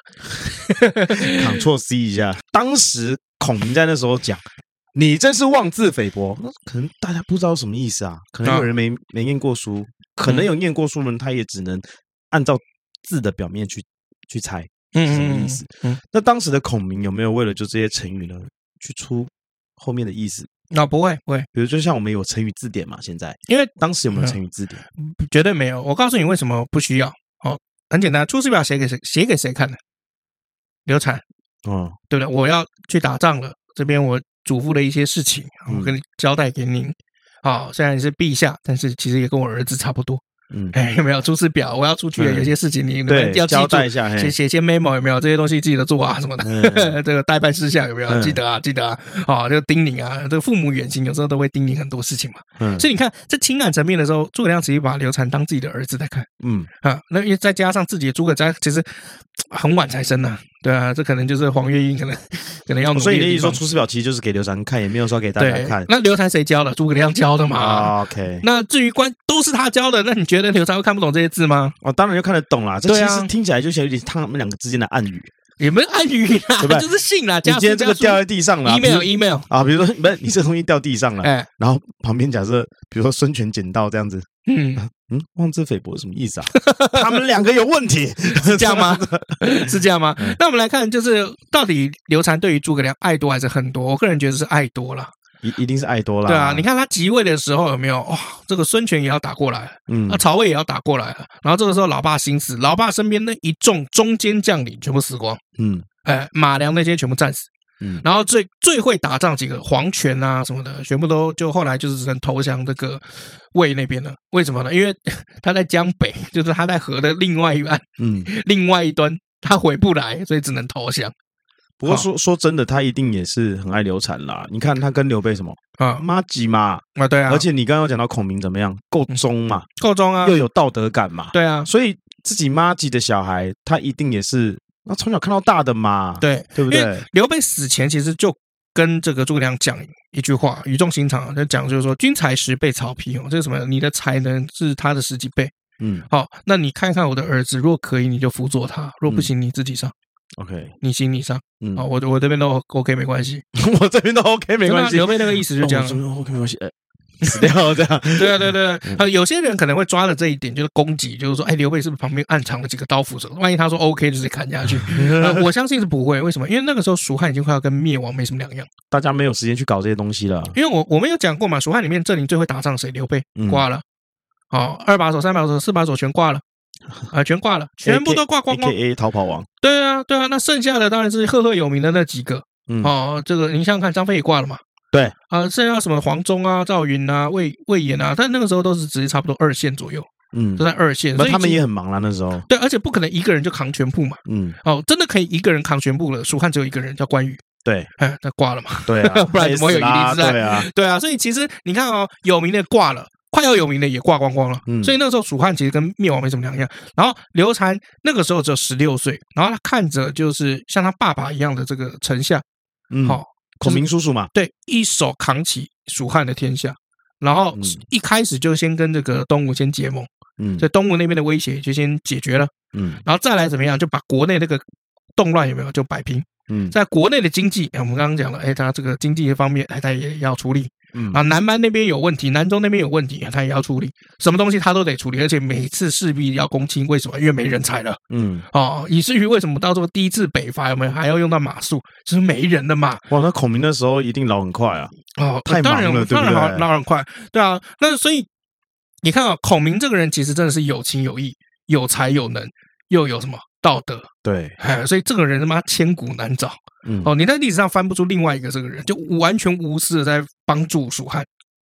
Ctrl+C 一下。当时孔明在那时候讲，你这是妄自菲薄，可能大家不知道什么意思啊，可能有人没念过书，可能有念过书的人，他也只能按照字的表面去猜。什么意思？那当时的孔明有没有为了就这些成语呢，去出后面的意思？ 不会。 比如就像我们有成语字典嘛，现在因为当时有没有成语字典？ 绝对没有。我告诉你为什么不需要。很简单，《出师表》写给谁看的？刘禅。对不对？我要去打仗了，这边我嘱咐了一些事情，我跟你交代给您。虽然你是陛下，但是其实也跟我儿子差不多。有没有《出师表》？我要出去，有些事情你要交代一下， 写些 memo 有没有？这些东西记得做啊，什么的。这个代办事项有没有？记得啊。这个叮咛啊，这个父母远行有时候都会叮咛很多事情嘛。所以你看，在情感层面的时候，诸葛亮直接把刘禅当自己的儿子在看。那因为再加上自己的诸葛瞻，其实很晚才生啊。对啊，这可能就是黄月英可能要努力。 所以你的意思说，《出师表》其实就是给刘禅看，也没有说给大家看。 那刘禅谁教的？诸葛亮教的嘛。 OK。 那至于都是他教的，那你觉得刘禅会看不懂这些字吗？ 当然就看得懂啦。这其实听起来就像有点他们两个之间的暗语。 也没有暗语啦，对吧？就是信啦。 你今天这个掉在地上了 ，email 啊，比如说不是你这东西掉地上了，然后旁边假设比如说孙权捡到这样子，妄自菲薄是什么意思啊？他们两个有问题， 是这样吗？是这样吗？那我们来看，就是到底刘禅对于诸葛亮爱多还是恨多？我个人觉得是爱多了。 一定是爱多啦。 对啊，你看他即位的时候有没有这个孙权也要打过来，曹魏也要打过来了。然后这个时候老爸心死，老爸身边那一众中间将领全部死光，马良那些全部战死，然后最会打仗几个黄权啊什么的，全部都就后来就是只能投降这个魏那边了。为什么呢？因为他在江北，就是他在河的另外一岸，另外一端他回不来，所以只能投降。 不过说真的，他一定也是很爱刘禅啦。你看他跟刘备什么妈吉嘛对啊。 而且你刚刚讲到孔明怎么样，够忠嘛， 够忠啊， 又有道德感嘛， 对啊。 所以自己妈吉的小孩，他一定也是从小看到大的嘛， 对不对？ 刘备死前其实就跟这个诸葛亮讲一句话，语重心长，就讲就是说，君才10倍曹丕这是什么？你的才能是他的10几倍。那你看看我的儿子，如果可以你就辅佐他，如果不行你自己上。 OK， 你行你上，我这边都 OK 没关系， 我这边都 OK 没关系。 刘备那个意思就这样 ，OK 没关系，死掉这样。 对，有些人可能会抓了这一点，就是攻击，就是说，刘备是不是旁边暗藏了几个刀斧手？万一他说 OK，就是砍下去。我相信是不会，为什么？因为那个时候蜀汉已经快要跟灭亡没什么两样， 大家没有时间去搞这些东西了。 因为我们有讲过嘛，蜀汉里面阵营最会打仗谁？刘备挂了，2把手、3把手、4把手全挂了。全挂了，全部都挂光光。 AKA 逃跑王。 对啊，那剩下的当然是赫赫有名的那几个。这个你想想看，张飞也挂了嘛？ 对剩下什么黄忠啊、赵云啊、魏延啊，但那个时候都是只是差不多2线左右。都在2线， 所以他们也很忙啦那时候。 对，而且不可能一个人就扛全部嘛。真的可以一个人扛全部了。蜀汉只有一个人叫关羽。 对， 他挂了嘛？ 对啊， 不然怎么会有一力之战？ 对啊，所以其实你看有名的挂了。快要有名的也挂光光了，所以那个时候蜀汉其实跟灭亡没什么两样。然后刘禅那个时候只有16岁，然后他看着就是像他爸爸一样的这个丞相， 孔明叔叔嘛， 对，一手扛起蜀汉的天下，然后一开始就先跟这个东吴先结盟，所以东吴那边的威胁就先解决了，然后再来怎么样，就把国内那个动乱有没有就摆平，在国内的经济，我们刚刚讲了，他这个经济方面，他也要处理。南蛮那边有问题，南中那边有问题，他也要处理，什么东西他都得处理，而且每次势必要攻清，为什么？因为没人才了，以至于为什么到这个第一次北伐有没有还要用到马谡，就是没人了嘛。 哇，那孔明那时候一定老很快啊，太忙了，对不对？ 当然老很快，对啊。那所以你看孔明这个人其实真的是有情有义，有才有能，又有什么道德？ 对， 所以这个人他妈千古难找。你在历史上翻不出另外一个这个人，就完全无私的在帮助蜀汉。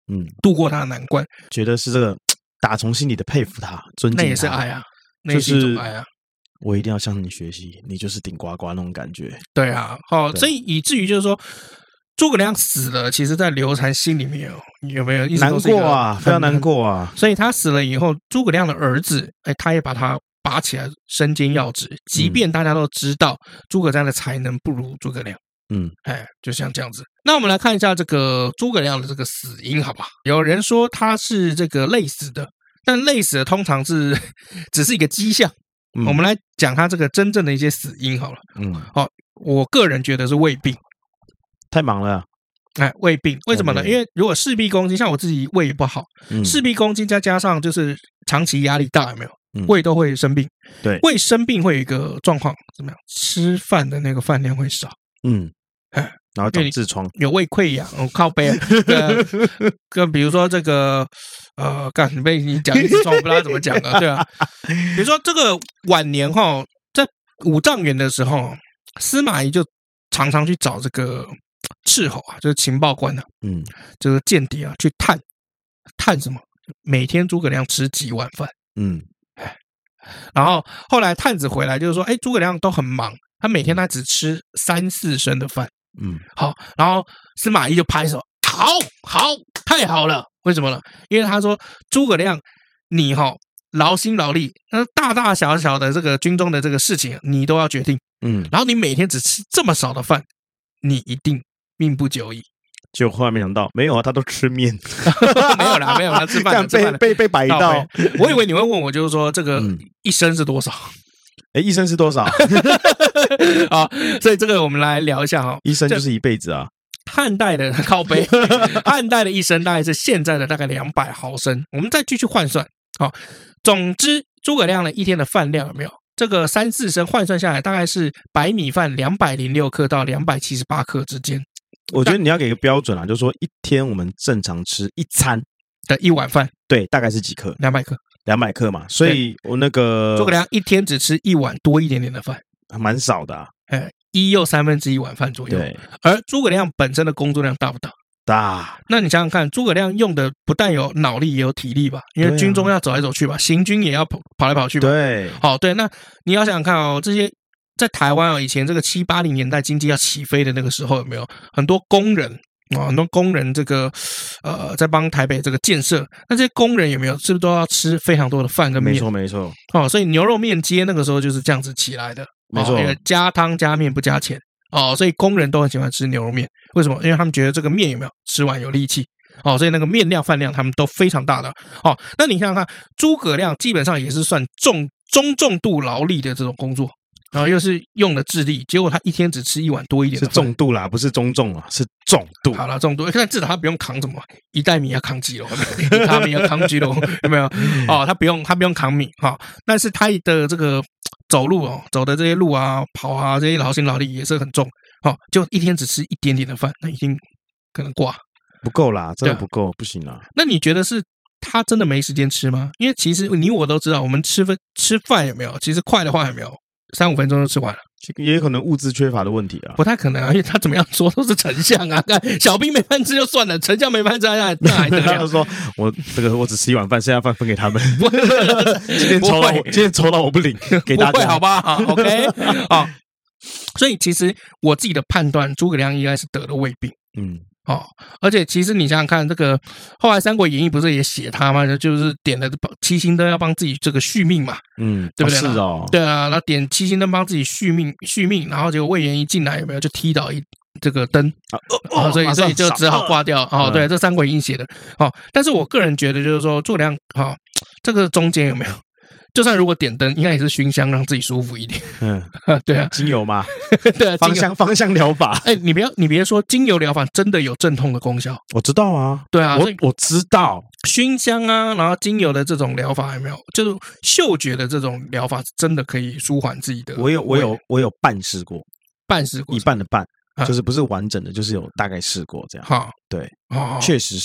度过他的难关， 觉得是这个打从心里的佩服他，尊敬他， 那也是爱啊，那也是一种爱啊。 我一定要向你学习，你就是顶呱呱那种感觉。 对啊，所以以至于就是说，诸葛亮死了，其实在刘禅心里面有没有难过啊，非常难过啊。 所以他死了以后，诸葛亮的儿子，他也把他拔起来，身兼要职。即便大家都知道诸葛亮的才能不如诸葛亮，就像这样子。那我们来看一下这个诸葛亮的这个死因，好不好？有人说他是这个累死的，但累死的通常是只是一个迹象。我们来讲他这个真正的一些死因好了。我个人觉得是胃病， 太忙了。 胃病为什么呢？因为如果事必攻心，像我自己胃也不好，事必攻心再加上就是长期压力大，有没有？胃都会生病。 对， 胃生病会有一个状况怎么样？吃饭的那个饭量会少。 然后长痔疮，有胃溃疡，靠背。跟比如说这个你被你讲痔疮，我不知道怎么讲了，对啊。比如说这个晚年在五丈原的时候，司马懿就常常去找这个斥候啊，就是情报官啊，就是间谍啊，去探什么？每天诸葛亮吃几碗饭？然后后来探子回来就是说，诸葛亮都很忙，他每天他只吃3-4升的饭。好，然后司马懿就拍手，好，太好了。为什么呢？因为他说诸葛亮，你劳心劳力，那大大小小的这个军中的这个事情，你都要决定。然后你每天只吃这么少的饭，你一定命不久矣。 结果后来没想到，没有啊，他都吃面。 没有啦，吃饭被摆一道。 我以为你会问我，就是说这个一升是多少？ 一生是多少？ 所以这个我们来聊一下一生就是一辈子啊。 汉代的靠背，汉代的一升大概是现在的大概200毫升。我们再继续换算。总之诸葛亮的一天的饭量有没有？这个3-4升换算下来，大概是白米饭206克到278克之间。 我觉得你要给一个标准啊，就是说一天我们正常吃一餐的一碗饭， 对，大概是几克 ？200克。 200克嘛，所以我那个诸葛亮一天只吃一碗多一点点的饭， 蛮少的啊 ，1又1/3碗饭左右。对，而诸葛亮本身的工作量大不大？ 大。那你想想看，诸葛亮用的不但有脑力，也有体力吧？因为军中要走来走去吧，行军也要跑来跑去吧。 对， 对，那你要想想看这些在台湾以前这个7、80年代经济要起飞的那个时候，有没有很多工人？很多工人这个在帮台北这个建设，那这些工人有没有是不是都要吃非常多的饭跟面？ 没错。 所以牛肉面街那个时候就是这样子起来的。 没错， 加汤加面不加钱。所以工人都很喜欢吃牛肉面。为什么？因为他们觉得这个面有没有吃完有力气。所以那个面量饭量他们都非常大的。那你想想看，诸葛亮基本上也是算中重度劳力的这种工作。然后又是用了智力，结果他一天只吃一碗多一点的饭， 是重度啦，不是中啊，是重度。 好了，重度，看至少他不用扛什么一袋米要扛几楼，一袋米要扛几楼，有没有？他不用扛米但是他的这个走路走的这些路啊、跑啊这些劳心劳力也是很重就一天只吃一点点的饭，那已经可能挂不够啦，真的不够，不行啦。 那你觉得是他真的没时间吃吗？因为其实你我都知道，我们吃饭有没有？其实快的话有没有？3-5分钟就吃完了， 也有可能物资缺乏的问题啊， 不太可能啊，因为他怎么样说都是丞相啊，小兵没饭吃就算了，丞相没饭吃那还得了？ 他说我只吃一碗饭，剩下饭分给他们。今天抽到我不领，给大家， 不会好吧？OK 所以其实我自己的判断，诸葛亮应该是得了胃病。而且其实你想想看，这个后来《三国演义》不是也写他吗？就是点了7星灯要帮自己这个续命嘛，对不对？ 是哦， 对啊，然后点7星灯帮自己续命，然后结果魏延一进来有没有就踢倒这个灯所以就只好挂掉对，这《三国演义》写的但是我个人觉得就是说诸葛亮这个中间有没有？就算如果点灯，应该也是熏香让自己舒服一点。对啊， 精油嘛， 对啊， 芳香疗法。 你别说，精油疗法真的有镇痛的功效。 我知道啊， 对啊， 我知道熏香啊，然后精油的这种疗法有没有？就是嗅觉的这种疗法，真的可以舒缓自己的。 我有半试过，一半的半，就是不是完整的，就是有大概试过这样。对，确实是有。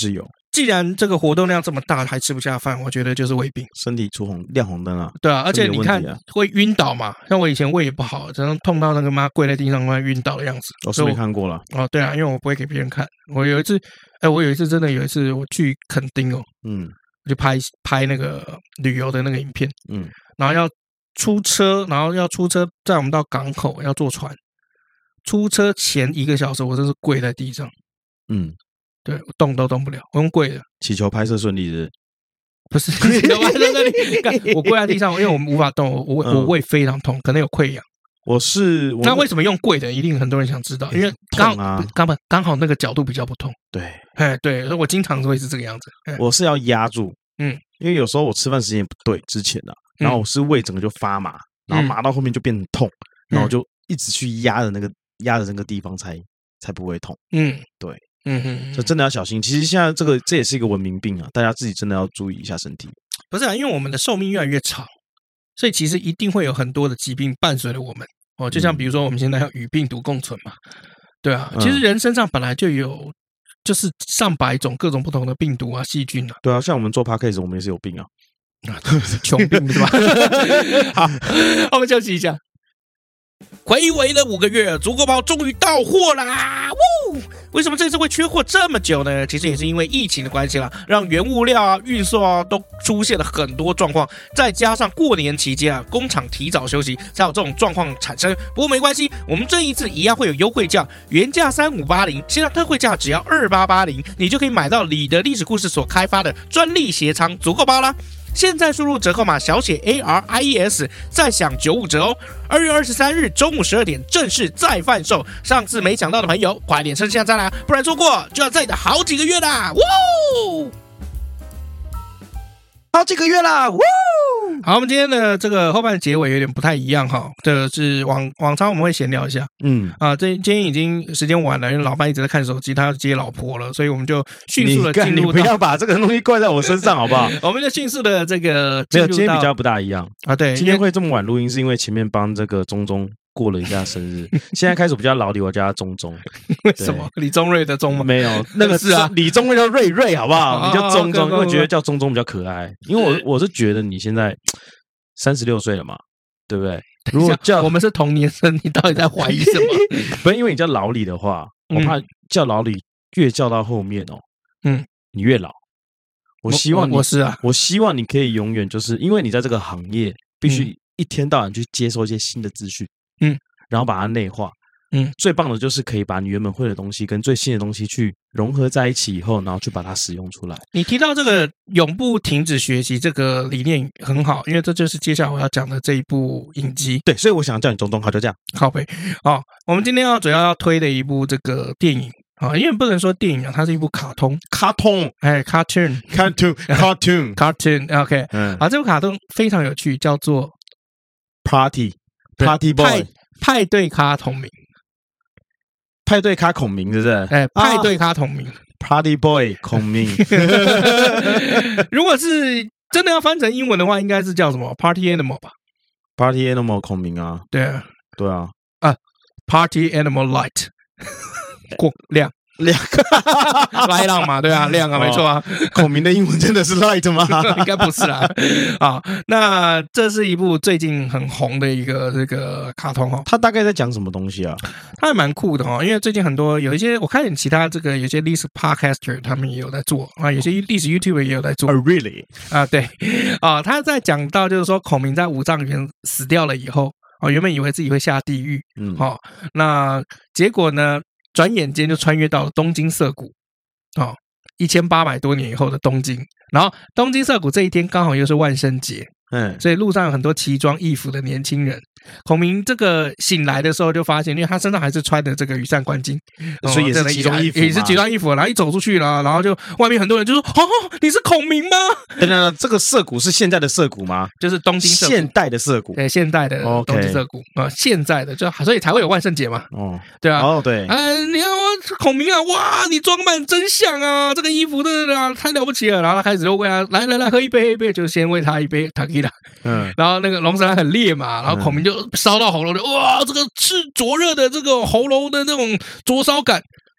既然这个活动量这么大还吃不下饭，我觉得就是胃病， 身体亮红灯啊。 对啊，而且你看会晕倒嘛，像我以前胃也不好，只能痛到那个妈跪在地上快晕倒的样子。 我是没看过了。 哦，对啊，因为我不会给别人看。我有一次我去垦丁哦，我就拍那个旅游的那个影片，然后要出车载我们到港口要坐船，出车前1个小时我真是跪在地上，对，我动都动不了，我用跪的， 祈求拍摄顺利的， 不是祈求拍摄顺利，我跪在地上，因为我无法动，我胃非常痛，可能有溃疡。那为什么用跪的？一定很多人想知道，因为刚好那个角度比较不痛。 对， 对，所以我经常会是这个样子。 我是要压住，因为有时候我吃饭时间也不对，之前啊，然后我是胃整个就发麻，然后麻到后面就变成痛，然后我就一直去压的那个地方才不会痛。对。就真的要小心。其实现在这也是一个文明病啊，大家自己真的要注意一下身体。 不是啊，因为我们的寿命越来越长，所以其实一定会有很多的疾病伴随着我们哦。就像比如说我们现在要与病毒共存嘛，对啊。其实人身上本来就有就是上百种各种不同的病毒啊、细菌啊。 对啊，像我们做 podcast 我们也是有病啊， 穷病是吧？好，我们休息一下。睽违了5个月，足够包终于到货啦！为什么这次会缺货这么久呢？其实也是因为疫情的关系啦，让原物料啊、运送啊都出现了很多状况，再加上过年期间啊，工厂提早休息，才有这种状况产生。不过没关系，我们这一次一样会有优惠价，原价3580，现在特惠价只要2880，你就可以买到李的历史故事所开发的专利鞋仓足够包啦。现在输入折扣码小写 ARIES 再享95折哦！2月23日中午12点正式再贩售，上次没抢到的朋友快点趁现在啦，不然错过就要再等好几个月啦！ 好几个月啦！ 好，我们今天的这个后半结尾有点不太一样哈，这个是往常我们会闲聊一下，今天已经时间晚了，因为老伴一直在看手机，他要接老婆了，所以我们就迅速的进入。 你不要把这个东西怪在我身上好不好？ 我们就迅速的这个没有，今天比较不大一样啊，对， 今天会这么晚录音是因为前面帮这个钟过了一下生日，现在开始比较老李，我叫他钟。 为什么？李宗瑞的钟吗？ 没有，那个是啊，李宗瑞叫瑞，好不好？你叫钟，因为觉得叫钟比较可爱。因为我是觉得你现在36岁了嘛，对不对？如果叫我们是同年生，你到底在怀疑什么？ 不是因为你叫老李的话，我怕叫老李越叫到后面哦，你越老。我希望我希望你可以永远就是因为你在这个行业必须一天到晚去接受一些新的资讯。然后把它内化，最棒的就是可以把你原本会的东西跟最新的东西去融合在一起以后，然后去把它使用出来。 你提到这个永不停止学习这个理念很好，因为这就是接下来我要讲的这一部影集。 对，所以我想叫你钟，好，就这样。 靠北哦，我们今天主要推的一部这个电影啊，因为不能说电影啊，它是一部卡通，哎 ，cartoon，OK， 这部卡通非常有趣，叫做 Party Boy。 派对咖同名， 派对咖孔明，是不是？ 哎，派对咖同名 ，Party Boy 孔明。 如果是真的要翻成英文的话，应该是叫什么 ？Party Animal 吧 ？Party Animal 孔明啊， 对啊 ，Party Animal Light 亮来浪嘛，对啊，亮啊，没错啊。 孔明的英文真的是 light 吗？ 应该不是啦。啊，那这是一部最近很红的一个这个卡通哦。 它大概在讲什么东西啊？ 它还蛮酷的哦，因为最近有一些我看其他有些历史 podcaster 他们也有在做啊，有些历史 YouTuber 也有在做。 Really？ 啊，对啊，他在讲到就是说孔明在五丈原死掉了以后，原本以为自己会下地狱，那结果呢？转眼间就穿越到了东京涩谷，1800多年以后的东京。然后东京涩谷这一天刚好又是万圣节，所以路上有很多奇装异服的年轻人。孔明这个醒来的时候就发现，因为他身上还是穿的这个羽扇纶巾， 所以也是奇装异服， 也是奇装异服。然后一走出去了，然后就外面很多人就说：“哦，你是孔明吗？” 等，这个涩谷是现在的涩谷吗？ 就是东京涩谷， 现代的涩谷， 对，现代的东京涩谷现在的所以才会有万圣节嘛。对啊， 对， 你看孔明啊，哇，你装扮真像啊，这个衣服真的太了不起了。然后他开始就喂他来喝一杯，就先喂他一杯 tequila，然后那个龙舌兰很烈嘛，然后孔明就烧到喉咙，哇，这个是灼热的这个喉咙的那种灼烧感。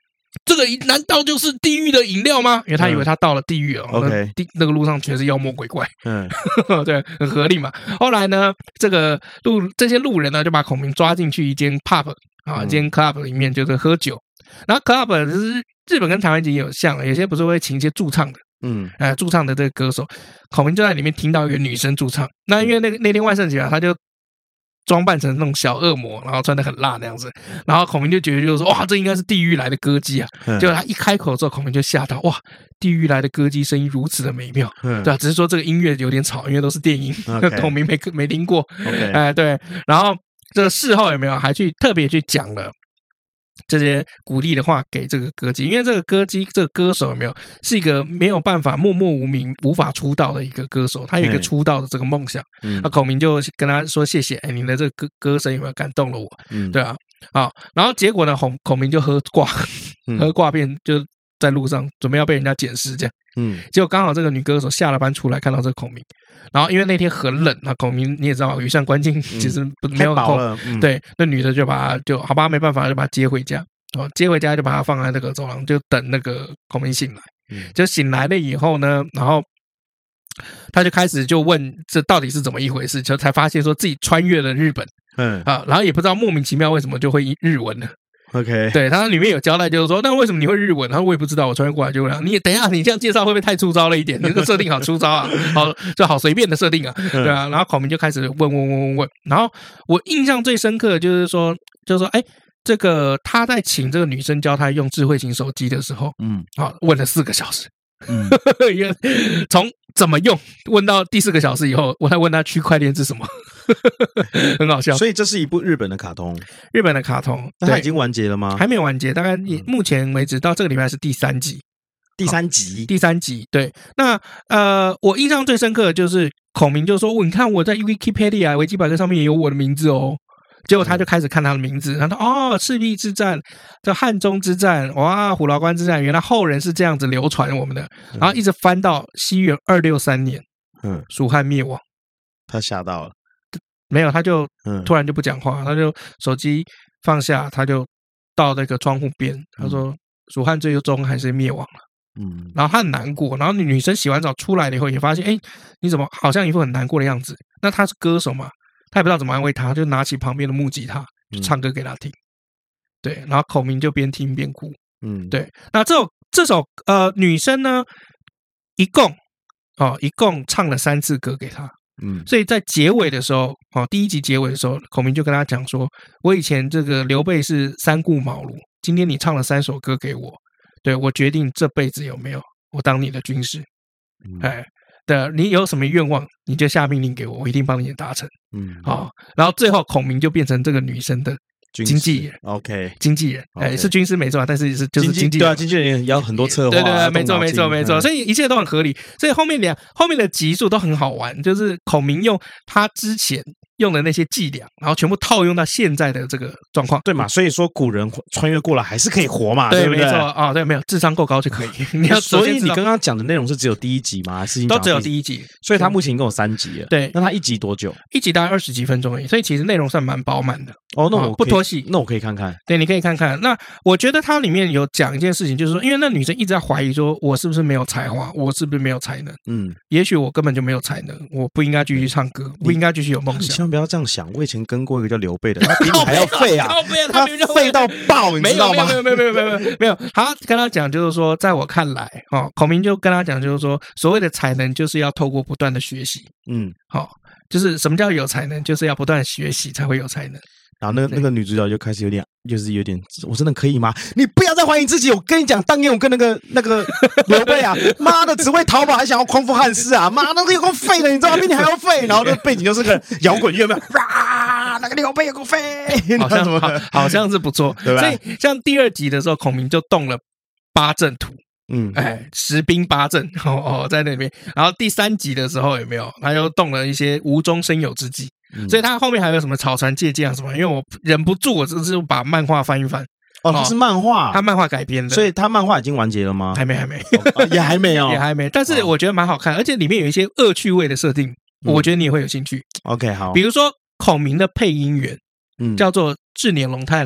这个难道就是地狱的饮料吗？因为他以为他到了地狱哦。 OK， 那个路上全是妖魔鬼怪。对，很合理嘛。后来呢，这些路人呢就把孔明抓进去一间 pub 啊，一间 club 里面就是喝酒。然后 club 就是日本跟台湾其实也有像，有些不是会请一些驻唱的。驻唱的这个歌手，孔明就在里面听到一个女生驻唱。那因为那天万圣节啊，他就装扮成那种小恶魔，然后穿得很辣那样子。然后孔明就觉得就是说，哇，这应该是地狱来的歌姬啊！结果他一开口之后，孔明就吓到，哇，地狱来的歌姬声音如此的美妙，对啊，只是说这个音乐有点吵，因为都是电音，孔明没听过。对，然后这个事后有没有还去特别去讲了这些鼓励的话给这个歌姬，因为这个歌手有没有是一个没有办法默默无名无法出道的一个歌手，他有一个出道的这个梦想。那孔明就跟他说谢谢，您的这个歌声有没有感动了我？对啊，好，然后结果呢，孔明就喝挂便就在路上准备要被人家捡尸这样。结果刚好这个女歌手下了班出来看到这个孔明，然后因为那天很冷，那孔明你也知道羽扇纶巾其实没有空，对，那女的就把他好吧没办法就把他接回家，接回家就把他放在那个走廊，就等那个孔明醒来。就醒来了以后呢，然后他就开始就问这到底是怎么一回事，就才发现说自己穿越了日本，然后也不知道莫名其妙为什么就会日文了。 OK， 对，他里面有交代，就是说，那为什么你会日文？他说我也不知道，我穿越过来就这样。你等一下，你这样介绍会不会太粗糙了一点？你这个设定好粗糙啊，好随便的设定啊，对啊。然后孔明就开始问，然后我印象最深刻的就是说，哎，这个他在请这个女生教他用智慧型手机的时候，问了4个小时，从怎么用问到第4个小时以后，我还问他区块链是什么。很好笑， 所以这是一部日本的卡通。 那它已经完结了吗？ 还没有完结，大概目前为止到这个礼拜是第3集。 第三集， 对。那我印象最深刻的就是孔明就说：“你看我在 Wikipedia 维基百科上面也有我的名字哦。”结果他就开始看他的名字，他说：“赤壁之战、这汉中之战、哇虎牢关之战，原来后人是这样子流传我们的。”然后一直翻到西元263年，蜀汉灭亡， 他吓到了。 没有，他就突然就不讲话，他就手机放下，他就到那个窗户边，他说：“蜀汉最终还是灭亡了。”然后他很难过，然后女生洗完澡出来了以后，也发现，哎，你怎么好像一副很难过的样子？那他是歌手嘛，他也不知道怎么安慰他，就拿起旁边的木吉他，就唱歌给他听。对，然后孔明就边听边哭。对，那这首女生呢，一共唱了3次歌给他。所以在结尾的时候，第1集结尾的时候，孔明就跟他讲说：“我以前这个刘备是3顾茅庐，今天你唱了3首歌给我，对我决定这辈子有没有我当你的军师，你有什么愿望你就下命令给我，我一定帮你达成。”然后最后孔明就变成这个女生的经纪人。 OK， 经纪人，是军师没错，但是就是经纪人。 对啊，经纪人也要很多策划。 对，没错，所以一切都很合理。所以后面的集数都很好玩，就是孔明用他之前用的那些伎俩，然后全部套用到现在的这个状况， 对嘛？所以说古人穿越过来还是可以活嘛，对不对？ 没错对，没有智商够高就可以。 所以你刚刚讲的内容是只有第1集吗？还是都只有第1集？ 所以它目前一共有3集了。 对， 那它1集多久 ？1集大概20几分钟而已，所以其实内容算蛮饱满的。 那我不拖戏， 那我可以看看。 对，你可以看看。那我觉得它里面有讲一件事情，就是说，因为那女生一直在怀疑说，我是不是没有才华，我是不是没有才能？也许我根本就没有才能，我不应该继续唱歌，不应该继续有梦想。 你千万不要这样想，我以前跟过一个叫刘备的，他比你还要废啊！他废到爆，你知道吗？ 没有。他跟他讲，就是说，在我看来，孔明就跟他讲，就是说，所谓的才能，就是要透过不断的学习。就是什么叫有才能，就是要不断学习才会有才能。 然后那个女主角就开始有点，我真的可以吗？你不要再怀疑自己！我跟你讲，当年我跟那个刘备啊，妈的，只会逃跑还想要匡扶汉室啊，妈的，有够废的，你知道吗？比你还要废。然后那背景就是个摇滚乐，没有？那个刘备有够废， 好像是不错，对吧？所以像第2集的时候，孔明就动了8阵图。10兵8阵在那边。然后第3集的时候有没有？他又动了一些无中生有之计。所以他后面还有什么草船借箭啊什么？因为我忍不住，我只是把漫画翻一翻。 它是漫画， 他漫画改编的， 所以他漫画已经完结了吗？ 还没， 也还没哦， 也还没。但是我觉得蛮好看，而且里面有一些恶趣味的设定，我觉得你也会有兴趣。 OK， 好， 比如说孔明的配音员，叫做志年龙太郎。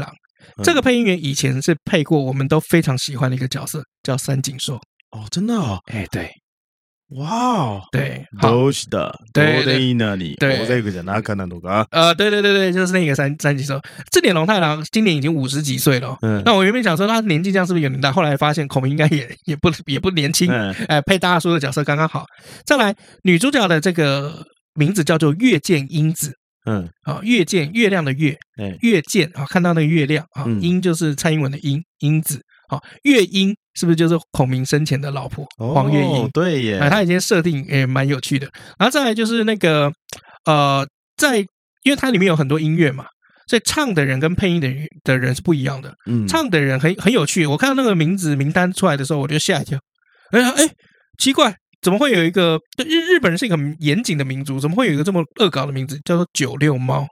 这个配音员以前是配过我们都非常喜欢的一个角色，叫三井寿。 哦，真的哦， 对。 哇哦， 对， どうした？ 对对，对，这个人那可能多个对，就是那个三井寿。志田龙太郎今年已经50几岁了。那我原本想说他年纪这样是不是有点大？后来发现孔明应该也不年轻。配大叔的角色刚刚好。再来，女主角的这个名字叫做月见英子。月见月亮的月，月见啊，看到那个月亮啊，英就是蔡英文的英子。月英是不是就是孔明生前的老婆黄月英？ 对耶， 他以前设定也蛮有趣的。然后再来就是那个因为它里面有很多音乐嘛，所以唱的人跟配音的人是不一样的。唱的人很有趣，我看到那个名单出来的时候，我就吓一跳。奇怪，怎么会有一个日本人是一个很严谨的民族，怎么会有一个这么恶搞的名字叫做96猫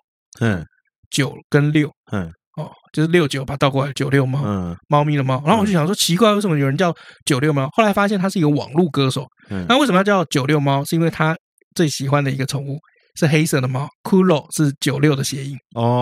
？9跟6，就是69把它倒过来96猫，猫咪的猫。然后我就想说奇怪，为什么有人叫96猫？后来发现他是一个网络歌手。那为什么要叫96猫？是因为他最喜欢的一个宠物是黑色的猫 ，Kuro 是96的谐音。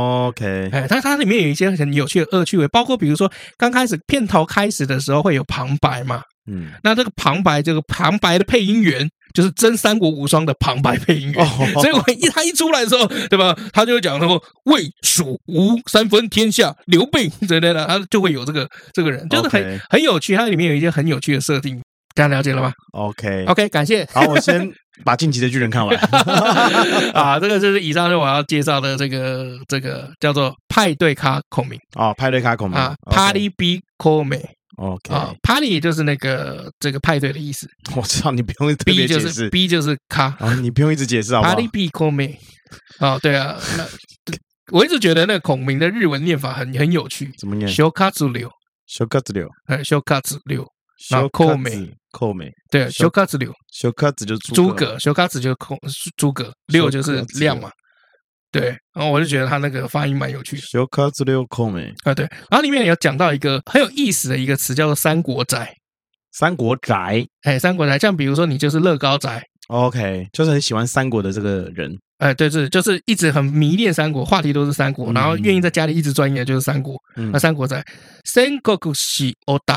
OK， 它里面有一些很有趣的恶趣味，包括比如说刚开始片头开始的时候会有旁白嘛。那这个旁白的配音员就是真三国无双的旁白配音员。所以他一出来的时候，对吧？他就会讲说魏蜀吴三分天下，刘备之类的，他就会有这个人，就是很有趣。它里面有一些很有趣的设定，大家了解了吗 ？OK， 感谢。 好，我先把进击的巨人看完。 这个就是以上是我要介绍的这个叫做派对咖孔明。 派对咖孔明 Party B 孔明。Party 就是这个派对的意思。 我知道，你不用特别解释。 B 就是咖你不用一直解释好不好 ？Party B 孔明。对啊，我一直觉得那个孔明的日文念法很有趣。 怎么念？ 修卡子流， 修卡子流， 修卡子流，然后寇美，对，修卡子流， 修卡子就是诸葛，修卡子就是诸葛，六就是亮嘛。对，然后我就觉得他那个发音蛮有趣的。 修卡子流寇美对，然后里面有讲到一个很有意思的一个词，叫做三国宅。 三国宅， 三国宅，像比如说你就是乐高宅 ，OK， 就是很喜欢三国的这个人。 对，就是一直很迷恋三国，话题都是三国，然后愿意在家里一直钻研就是三国。那三国宅，三国史欧大。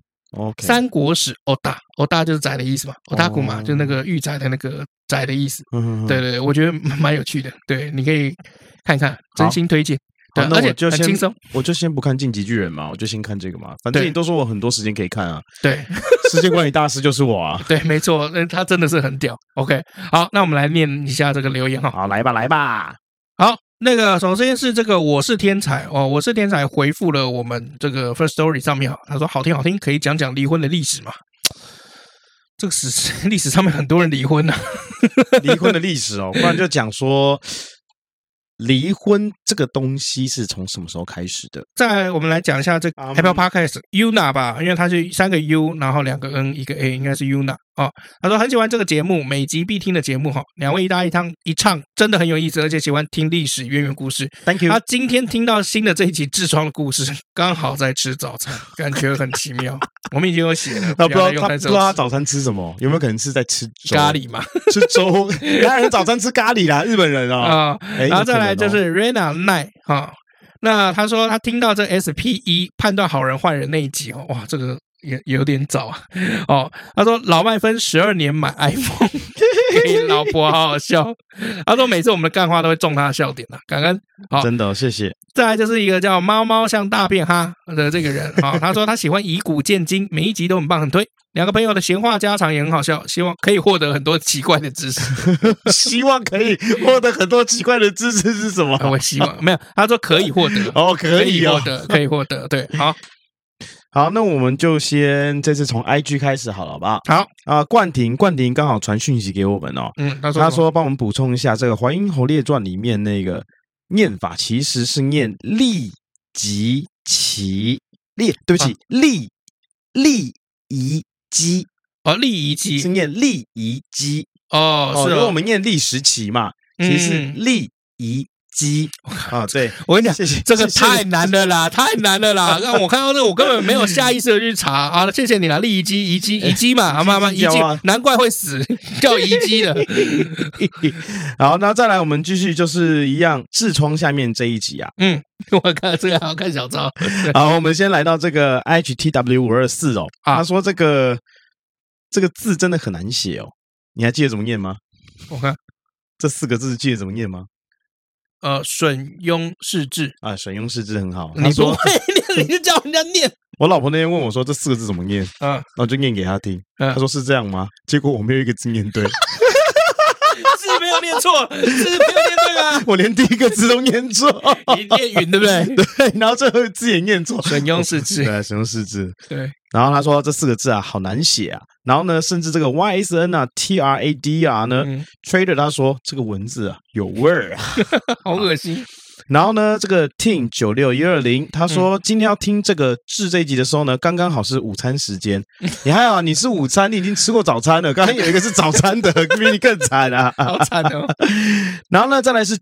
OK， 三国史欧大就是宅的意思嘛，欧大古嘛，就是那个御宅的那个宅的意思。对，我觉得蛮有趣的。对，你可以看看，真心推荐。对，而且很轻松。 我就先不看进击巨人嘛，我就先看这个嘛。反正你都说我很多时间可以看啊。 对， 世界观理大师就是我啊。 对，没错，他真的是很屌。OK， 好，那我们来念一下这个留言哈。 好，来吧。 好，那个首先是这个我是天才我是天才回复了我们这个 First Story 上面他说好听，可以讲离婚的历史嘛？这个历史上面很多人离婚啊。 离婚的历史不然就讲说离婚这个东西是从什么时候开始的？再我们来讲一下这个 Apple Podcast Yuna 吧，因为它是3个 U， 然后2个 N 1个 A， 应该是 Yuna。他说很喜欢这个节目，每集必听的节目两位一搭一唱真的很有意思，而且喜欢听历史渊源故事。 Thank you。 他今天听到新的这一集痔疮的故事，刚好在吃早餐，感觉很奇妙。我们已经有写了， 不知道他早餐吃什么，有没有可能是在吃咖喱嘛？ 吃粥，哪人早餐吃咖喱啦？日本人然后再来就是 Rena 奈那他说他听到这 SPE 判断好人坏人那一集哇，这个也有点早他说老麦分12年买 iPhone 给老婆，好好笑。他说每次我们的干话都会中他的笑点感恩。 真的谢谢。 再来就是一个叫猫猫像大便哈的这个人他说他喜欢以古鉴今，每一集都很棒很推。2个朋友的闲话家常也很好笑，希望可以获得很多奇怪的知识。 希望可以获得很多奇怪的知识是什么？ 我希望没有，他说可以获得可以获得对。 好，那我们就先这次从 IG 开始好了，好不好？ 好冠廷刚好传讯息给我们他说帮我们补充一下这个《淮阴侯列传》里面那个念法其实是念利吉奇利，对不起，利夷基利夷基是念利夷基是因为我们念历史期嘛，其实是利夷鸡啊，对， 我跟你讲， 谢谢， 这个太难了啦，太难了啦！让我看到这个，我根本没有下意识的去查啊。谢谢你啦，利遗鸡嘛，慢慢遗鸡，难怪会死，叫遗鸡的。 好，那再来，我们继续就是一样痔疮下面这一集啊。 我看这个还要看小抄。 好，我们先来到这个 HTW524哦，他说这个字真的很难写哦，你还记得怎么念吗？ 我看这4个字记得怎么念吗？ 吮痈试治啊， 吮痈试治很好。 你不会念，你就叫人家念。 我老婆那天问我说这4个字怎么念，然后就念给她听。她说是这样吗？结果我没有一个字念对。 字没有念错，字没有念对吗？ 我连第一个字都念错， 你念允对不对？ 对，然后最后一个字也念错， 吮痈试治， 对，吮痈试治， 对。 然后他说这4个字啊，好难写啊。然后呢，甚至这个 YSN 啊 TRADR 呢，Trader 他说这个文字啊有味儿啊， 好恶心。 然后呢，这个 Team96120 他说今天要听这个志这一集的时候呢，刚刚好是午餐时间。你还好，你是午餐，你已经吃过早餐了。刚刚有一个是早餐的，比你更惨啊， 好惨哦。 然后呢，再来是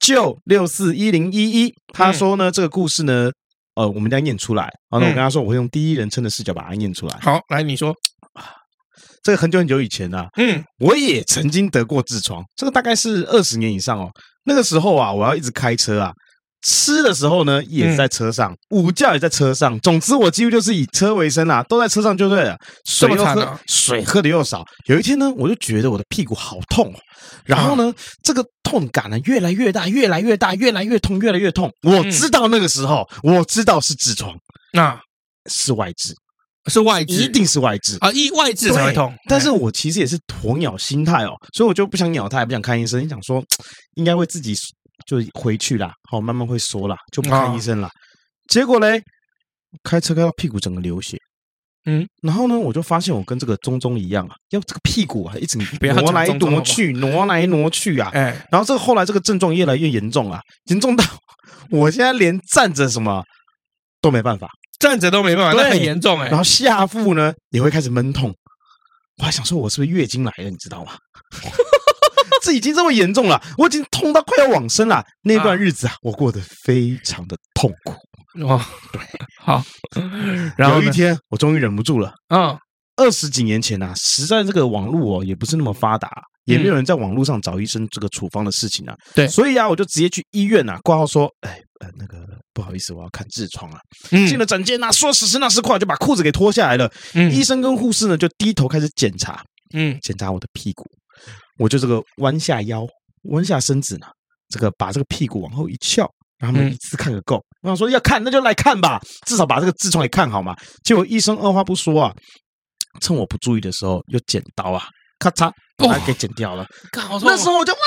Joe641011，他说呢，这个故事呢，我们要念出来。然后呢，我跟他说，我会用第一人称的视角把它念出来。 好，来你说。 这个很久很久以前啊，我也曾经得过痔疮，这个大概是20年以上哦。那个时候啊，我要一直开车啊。吃的时候呢，也在车上；午觉也在车上。总之，我几乎就是以车为生啊，都在车上就对了。水喝的又少。有一天呢，我就觉得我的屁股好痛，然后呢，这个痛感呢越来越大，越来越大，越来越痛，越来越痛。我知道那个时候，我知道是痔疮，那是外痔。 是外痔， 一定是外痔啊！外痔才会痛。 但是我其实也是鸵鸟心态哦，所以我就不想鸟它，也不想看医生，想说应该会自己就回去啦，好慢慢会缩啦，就不看医生啦。结果嘞，开车开到屁股整个流血，然后呢，我就发现我跟这个钟一样啊，要这个屁股啊一直挪来挪去，挪来挪去啊，然后这个后来这个症状越来越严重啊，严重到我现在连站着什么都没办法。 站着都没办法，那很严重哎。 然后下腹呢也会开始闷痛，我还想说我是不是月经来了，你知道吗？这已经这么严重了，我已经痛到快要往生了。那段日子啊，我过得非常的痛苦。 哦， 对， 好。然后有一天我终于忍不住了。20几年前啊，实在这个网络也不是那么发达，也没有人在网络上找医生这个处方的事情啊。 对， 所以啊，我就直接去医院啊挂号说，那个不好意思，我要看痔疮啊。进了诊间啊，说时迟那时快，就把裤子给脱下来了。医生跟护士呢就低头开始检查，检查我的屁股。我就这个弯下腰，弯下身子呢，这个把这个屁股往后一翘，让他们一次看个够。我想说要看那就来看吧，至少把这个痔疮给看好嘛。结果医生二话不说啊，趁我不注意的时候，用剪刀啊，咔嚓把它给剪掉了。那时候我就哇，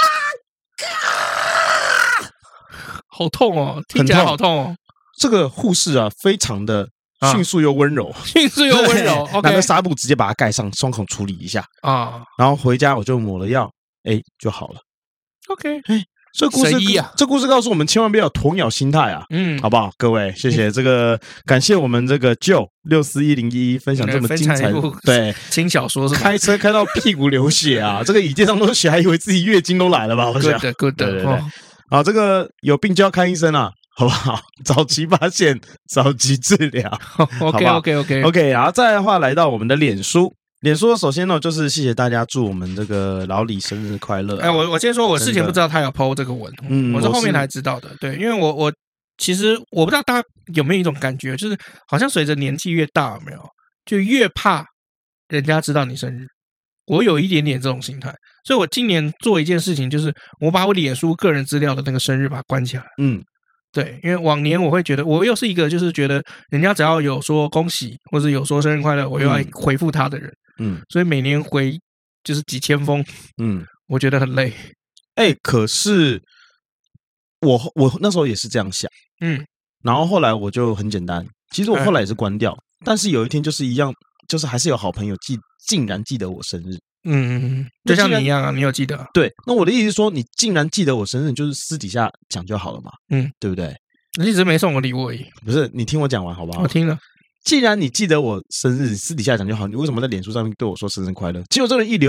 好痛哦，听起来好痛哦。 这个护士啊，非常的迅速又温柔， 迅速又温柔。 拿个纱布直接把它盖上，双孔处理一下啊。然后回家我就抹了药，就好了。 OK， 这故事告诉我们，千万不要有鸵鸟心态啊，好不好？各位，谢谢这个，感谢我们这个 Joe641011分享这么精彩的对轻小说，是开车开到屁股流血啊，这个椅垫上都血，还以为自己月经都来了吧？我想 ，good， 对。好，这个有病就要看医生啊，好不好？早期发现，早期治疗。OK，然后再来的话，来到我们的脸书。脸书首先呢，就是谢谢大家祝我们这个老李生日快乐。 我先说，我事前不知道他有 po 这个文，我是后面才知道的。对，因为我其实我不知道大家有没有一种感觉，就是好像随着年纪越大，有没有就越怕人家知道你生日。我有一点点这种心态，所以我今年做一件事情，就是我把我脸书个人资料的那个生日把它关起来。对，因为往年我会觉得，我又是一个就是觉得人家只要有说恭喜或者有说生日快乐，我又要回复他的人。所以每年回就是几千封。我觉得很累。 可是我那时候也是这样想。然后后来我就很简单，其实我后来也是关掉，但是有一天就是一样，就是还是有好朋友竟然记得我生日。 就像你一样啊，你有记得？ 对，那我的意思是说，你竟然记得我生日，就是私底下讲就好了嘛，对不对？ 你一直没送我礼物而已。 不是，你听我讲完好不好？ 我听了。 既然你记得我生日，私底下讲就好，你为什么在脸书上面对我说生日快乐？结果这个人一留啊，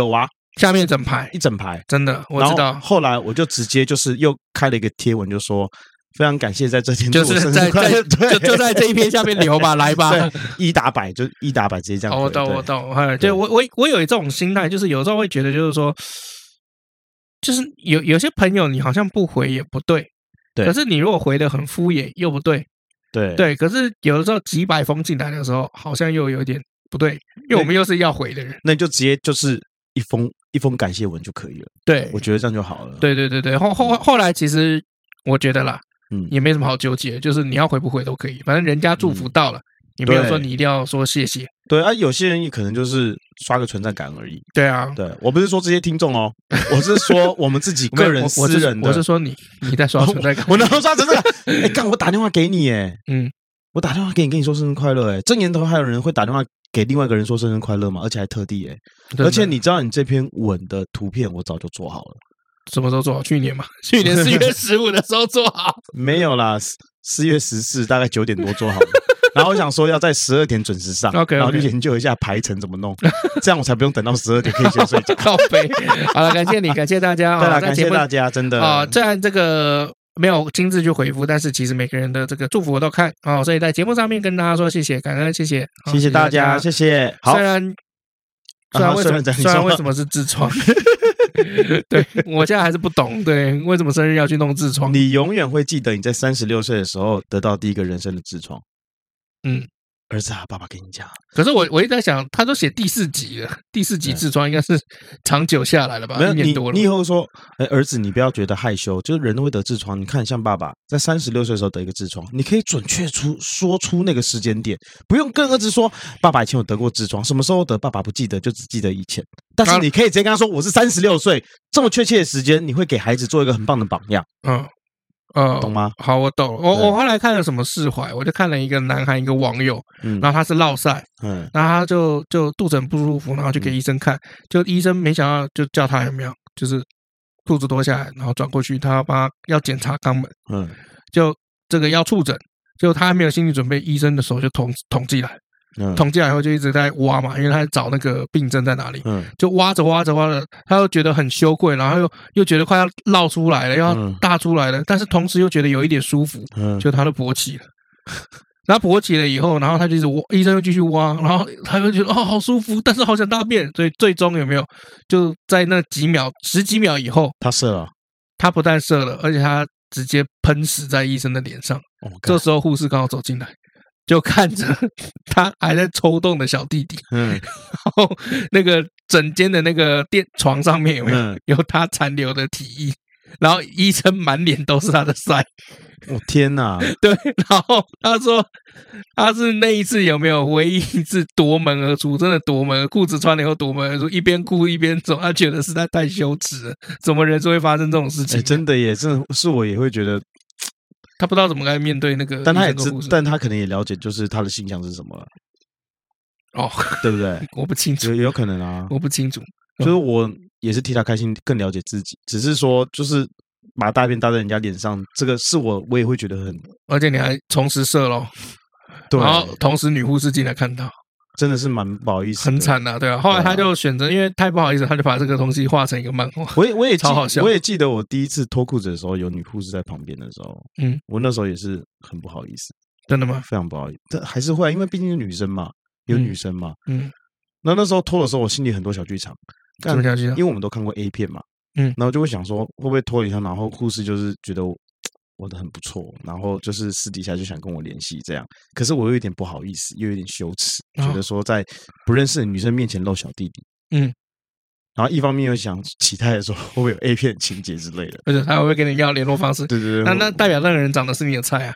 下面整排一整排， 真的我知道。 后来我就直接就是又开了一个贴文，就说非常感谢在这天就是在就在这一篇下面留吧，来吧， 一打百就一打百直接这样。 我懂，就我有这种心态，就是有时候会觉得就是说，就是有些朋友你好像不回也不对，可是你如果回的很敷衍又不对。对，可是有的时候几百封进来的时候，好像又有点不对，因为我们又是要回的人， 那你就直接就是一封感谢文就可以了。对，我觉得这样就好了。 对，后来其实我觉得啦，也没什么好纠结，就是你要回不回都可以，反正人家祝福到了，你没有说你一定要说谢谢。 对啊，有些人也可能就是刷个存在感而已。 对啊， 对我不是说这些听众哦，我是说我们自己个人私人的。 我是说你在刷存在感， 我哪有刷存在感？哎，干，我打电话给你哎，我打电话给你，跟你说生日快乐哎，这年头还有人会打电话给另外一个人说生日快乐吗？而且还特地哎，而且你知道你这篇文的图片我早就做好了， 什么时候做好？去年嘛，去年4月15的时候做好。 没有啦，4月14大概9点多做好了。然后我想说要在12点准时上，然后就研究一下排程怎么弄，这样我才不用等到12点可以先睡觉。 靠北，好了，感谢你，感谢大家， 对了，感谢大家，真的啊，虽然这个没有亲自去回复，但是其实每个人的这个祝福我都看哦，所以在节目上面跟大家说谢谢，感恩，谢谢大家，谢谢。好， 虽然为什么是痔疮？对我现在还是不懂，对，为什么生日要去弄痔疮？ 你永远会记得你在36岁的时候得到第一个人生的痔疮。儿子啊，爸爸跟你讲。可是我一直在想，他都写第4集了，第4集痔疮应该是长久下来了吧？ 没有， 1年多了。 你以后说，儿子，你不要觉得害羞，就是人都会得痔疮。你看，像爸爸在36岁的时候得一个痔疮，你可以准确说出那个时间点，不用跟儿子说，爸爸以前有得过痔疮，什么时候得，爸爸不记得，就只记得以前。但是你可以直接跟他说，我是36岁，这么确切的时间，你会给孩子做一个很棒的榜样。懂吗？ 好，我懂。我后来看了什么释怀，我就看了一个南韩一个网友，然后他是落晒，然后他就肚子很不舒服，然后就给医生看，就医生没想到就叫他有没有，就是裤子脱下来，然后转过去，他帮他要检查肛门，就这个要触诊，就他还没有心理准备，医生的手就统计来。统计来以后就一直在挖嘛，因为他在找那个病症在哪里，就挖着，他又觉得很羞愧，然后又觉得快要绕出来了，要大出来了，但是同时又觉得有一点舒服，就他都勃起了。然后勃起了以后，然后他就一直挖，医生又继续挖，然后他又觉得好舒服，但是好想大便，所以最终有没有就在那10几秒以后， 他射了， 他不但射了，而且他直接喷死在医生的脸上。这时候护士刚好走进来。就看着他还在抽动的小弟弟，然后那个整间的那个床上面有没有有他残留的体液，然后医生满脸都是他的腮。 我天哪！ 对，然后他说他是那一次有没有唯一一次夺门而出，真的夺门，裤子穿了以后夺门而出，一边哭一边走，他觉得实在太羞耻了，怎么人是会发生这种事情？ 真的耶，真的是我也会觉得。 他不知道怎么该面对那个， 但他可能也了解，就是他的性向是什么了。对不对？ 我不清楚， 有可能啊， 我不清楚。 就是我也是替他开心，更了解自己。只是说，就是把大便搭在人家脸上，这个是我也会觉得很， 而且你还同时射咯， 对， 然后同时女护士进来看到。 真的是蛮不好意思， 很惨啊，对啊。后来他就选择，因为太不好意思，他就把这个东西画成一个漫画。 我也超好笑。 我也记得我第一次脱裤子的时候，有女护士在旁边的时候，我那时候也是很不好意思。 真的吗？ 非常不好意思，这还是会，因为毕竟是女生嘛，有女生嘛。那时候脱的时候，我心里很多小剧场。 什么小剧场？ 因为我们都看过 A 片嘛，然后就会想说，会不会脱一下，然后护士就是觉得我的很不错，然后就是私底下就想跟我联系这样，可是我又有点不好意思，又有点羞耻，觉得说在不认识的女生面前露小弟弟，然后一方面又想期待的时候会不会有 A 片情节之类的， 而且他会不会跟你要联络方式？ 对， 那代表那个人长得是你的菜啊。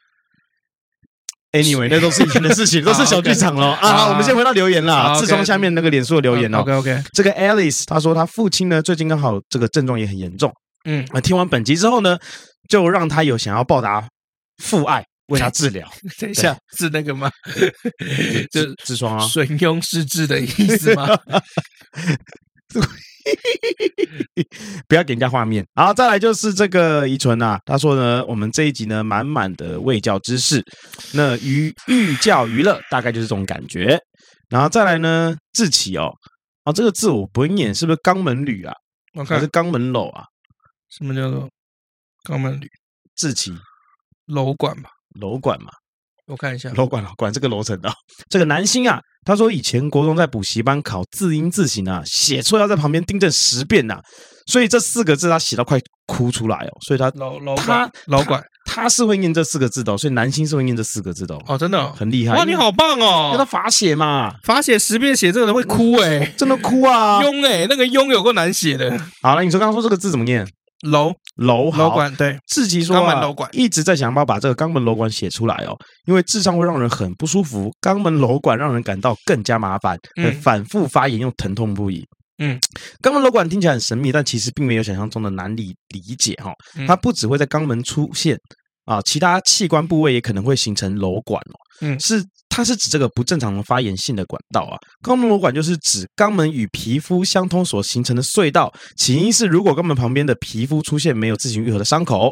Anyway， 那都是以前的事情，都是小剧场了啊！我们先回到留言啦，痔疮下面那个脸书的留言哦。 OK， 这个 Alice 她说她父亲呢最近刚好这个症状也很严重，听完本集之后呢，就让他有想要报答父爱，为他治疗。 等一下，是那个吗？就痔疮啊， 损庸失智的意思吗？ 不要给人家画面。好，再来就是这个宜纯啊，他说呢，我们这一集呢满满的卫教知识，那寓教于乐，大概就是这种感觉。然后再来呢，志奇哦， 哦，这个字我不会念，是不是肛门铝啊？还是肛门瘘啊？ 什么叫做肛门铝？ 志奇， 瘘管吧？ 瘘管嘛。 我看一下， 瘘管这个楼层的这个男星啊，他说以前国中在补习班考字音字形啊，写错要在旁边订正10遍呐，所以这4个字他写到快哭出来哦，所以他瘘管他是会念这4个字的哦，所以男星是会念这4个字的哦。 哦，真的很厉害哇！你好棒哦， 要他罚写嘛， 罚写10遍写这个人会哭哎， 真的哭啊！ 庸哎，那个庸有够难写的。 好了，你说刚刚说这个字怎么念？瘘管对， 志奇说肛门瘘管一直在想办法把这个肛门瘘管写出来哦，因为痔疮会让人很不舒服，肛门瘘管让人感到更加麻烦，反复发炎又疼痛不已。肛门瘘管听起来很神秘，但其实并没有想象中的难理解哈。它不只会在肛门出现啊，其他器官部位也可能会形成瘘管哦。它是指这个不正常的发炎性的管道啊。肛门瘘管就是指肛门与皮肤相通所形成的隧道，起因是如果肛门旁边的皮肤出现没有自行愈合的伤口，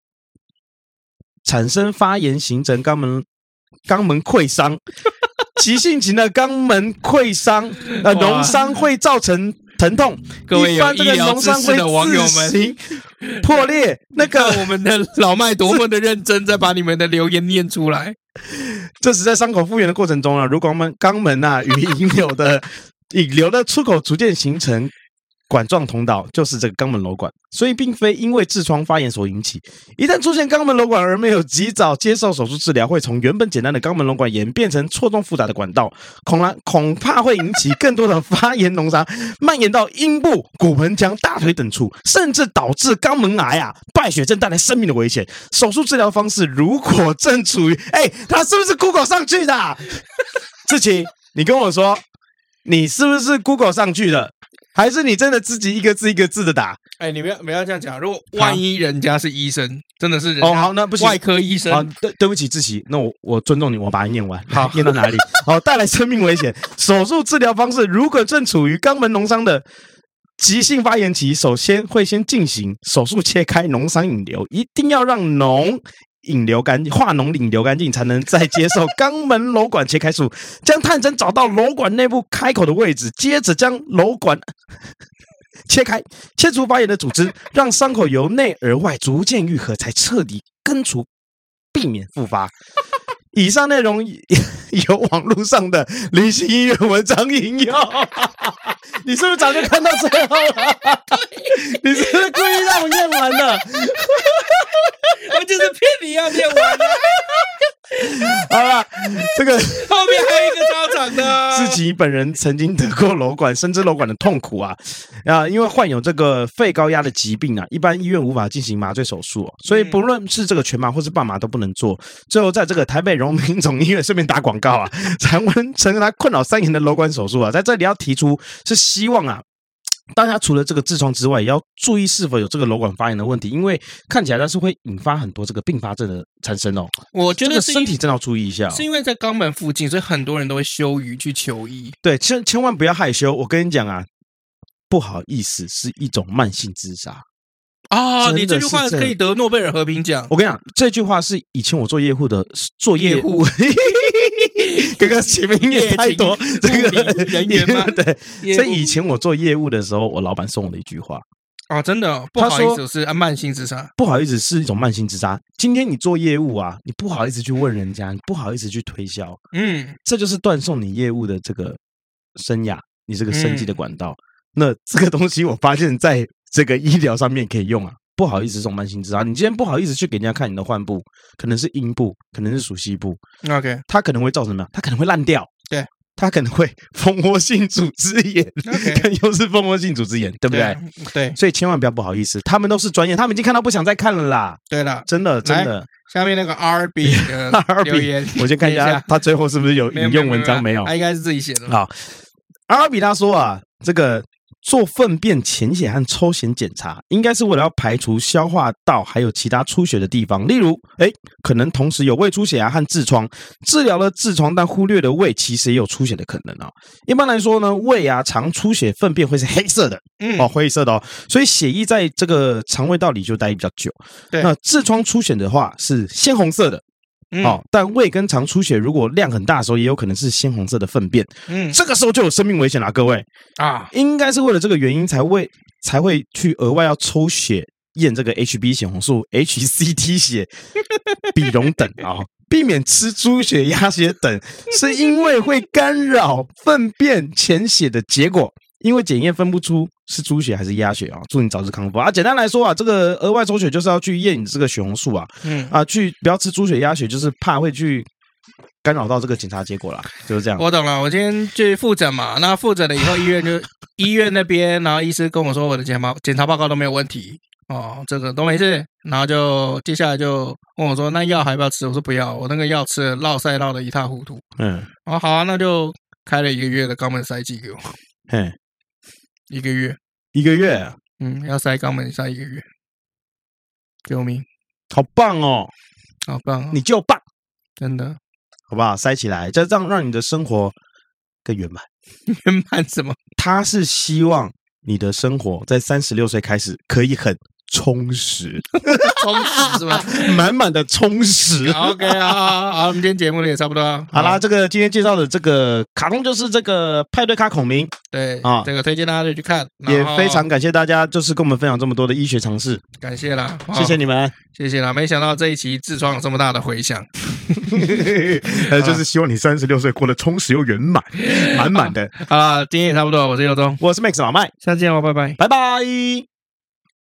产生发炎，形成肛门溃伤。急性型的肛门溃伤，脓伤会造成疼痛。 各位有医疗知识的网友们， 破裂。那个我们的老麦多么的认真，在把你们的留言念出来。 这是在伤口复原的过程中啊，如果肛门啊与引流的出口逐渐形成管状通道，就是这个肛门瘘管，所以并非因为痔疮发炎所引起。一旦出现肛门瘘管而没有及早接受手术治疗，会从原本简单的肛门瘘管演变成错综复杂的管道，恐怕会引起更多的发炎脓伤，蔓延到阴部、骨盆腔、大腿等处，甚至导致肛门癌啊、败血症带来生命的危险。手术治疗方式如果正处于，他是不是 Google 上去的？志奇，你跟我说，你是不是 Google 上去的？还是你真的自己一个字一个字的打？ 你不要这样讲。如果万一人家是医生，真的是人家好，那不行， 外科医生啊，对不起，志奇，那我尊重你，我把它念完。好，念到哪里？好，带来生命危险。手术治疗方式如果正处于肛门脓伤的急性发炎期，首先会先进行手术切开脓伤引流，一定要让化脓引流干净，才能再接受肛门瘘管切开术。将探针找到瘘管内部开口的位置，接着将瘘管切开，切除发炎的组织，让伤口由内而外逐渐愈合，才彻底根除，避免复发。以上内容由网络上的流行音乐文章引用。你是不是早就看到最后了？你是不是故意让我念完的？ 我就是骗你要念完的。 好了，这个后面还有一个超长的。 自己本人曾经得过瘘管，深知瘘管的痛苦啊！因为患有这个肺高压的疾病啊，一般医院无法进行麻醉手术，所以不论是这个全麻或是半麻都不能做。最后在这个台北荣民总医院顺便打广告啊，才完成他困扰3年的瘘管手术啊，在这里要提出是希望啊。大家除了这个痔疮之外，也要注意是否有这个瘘管发炎的问题，因为看起来它是会引发很多这个并发症的产生哦。 我觉得身体真的要注意一下， 是因为在肛门附近，所以很多人都会羞于去求医。 对，千万不要害羞。我跟你讲啊，不好意思是一种慢性自杀啊！你这句话可以得诺贝尔和平奖。 我跟你讲，这句话是以前我做业务，刚刚前面念太多这个人员吗？ 对，所以以前我做业务的时候，我老板送我的一句话啊，真的不好意思，是慢性自杀。 不好意思是一种慢性自杀。今天你做业务啊，你不好意思去问人家，你不好意思去推销，这就是断送你业务的这个生涯，你这个生计的管道。那这个东西我发现在这个医疗上面可以用啊。不好意思，这种慢性自杀，你今天不好意思去给人家看你的患部，可能是阴部，可能是属膝部 ，OK， 它可能会造成什么？它可能会烂掉， 对， 它可能会蜂窝性组织炎，又是蜂窝性组织炎，对不对？ 对， 所以千万不要不好意思，他们都是专业，他们已经看到不想再看了啦。 对了， 真的。 下面那个 RB 的留言， 我先看一下他最后是不是有引用文章，没有？ 他应该是自己写的。 好 ，RB 他说啊，这个。做粪便潜血和抽血检查，应该是为了要排除消化道还有其他出血的地方，例如，可能同时有胃出血和痔疮，治疗了痔疮，但忽略了胃，其实也有出血的可能啊。一般来说呢，胃啊常出血，粪便会是黑色的，灰色的哦，所以血液在这个肠胃道里就待比较久。对，那痔疮出血的话是鲜红色的。 但胃跟肠出血如果量很大的时候，也有可能是鲜红色的粪便。这个时候就有生命危险了，各位啊，应该是为了这个原因才会去额外要抽血验这个 HB 血红素、HCT 血、比溶等啊。避免吃猪血、鸭血等，是因为会干扰粪便潜血的结果，因为检验分不出是猪血还是鸭血啊。祝你早日康复啊！简单来说啊，这个额外抽血就是要去验你这个血红素啊，去不要吃猪血、鸭血，就是怕会去干扰到这个检查结果啦，就是这样。 我懂了，我今天去复诊嘛，那复诊了以后，医院那边，然后医师跟我说我的检查报告都没有问题。这个都没事，然后就接下来就问我说：“那药还要不要吃？”我说：“不要，我那个药吃了，落腮落得一塌糊涂。”好啊，那就开了1个月的肛门塞剂给我。1个月 ，1个月， 要塞肛门塞1个月，救命！ 好棒哦， 好棒， 你就棒， 真的， 好不好？塞起来，这样让你的生活更圆满。 圆满什么？ 他是希望你的生活在36岁开始可以很充实， 充实是吧？ 满满的充实。 OK 好，我们今天节目也差不多。 好啦，这个今天介绍的这个卡通就是这个派对咖孔明， 对这个推荐大家去看， 也非常感谢大家，就是跟我们分享这么多的医学常识， 感谢啦， 谢谢你们， 谢谢啦。没想到这一期痔疮有这么大的回响， 就是希望你36岁过得充实又圆满，满满的。 好啦，今天也差不多，我是尤忠， 我是 Max 老麦， 下次见喽，拜拜， 拜拜。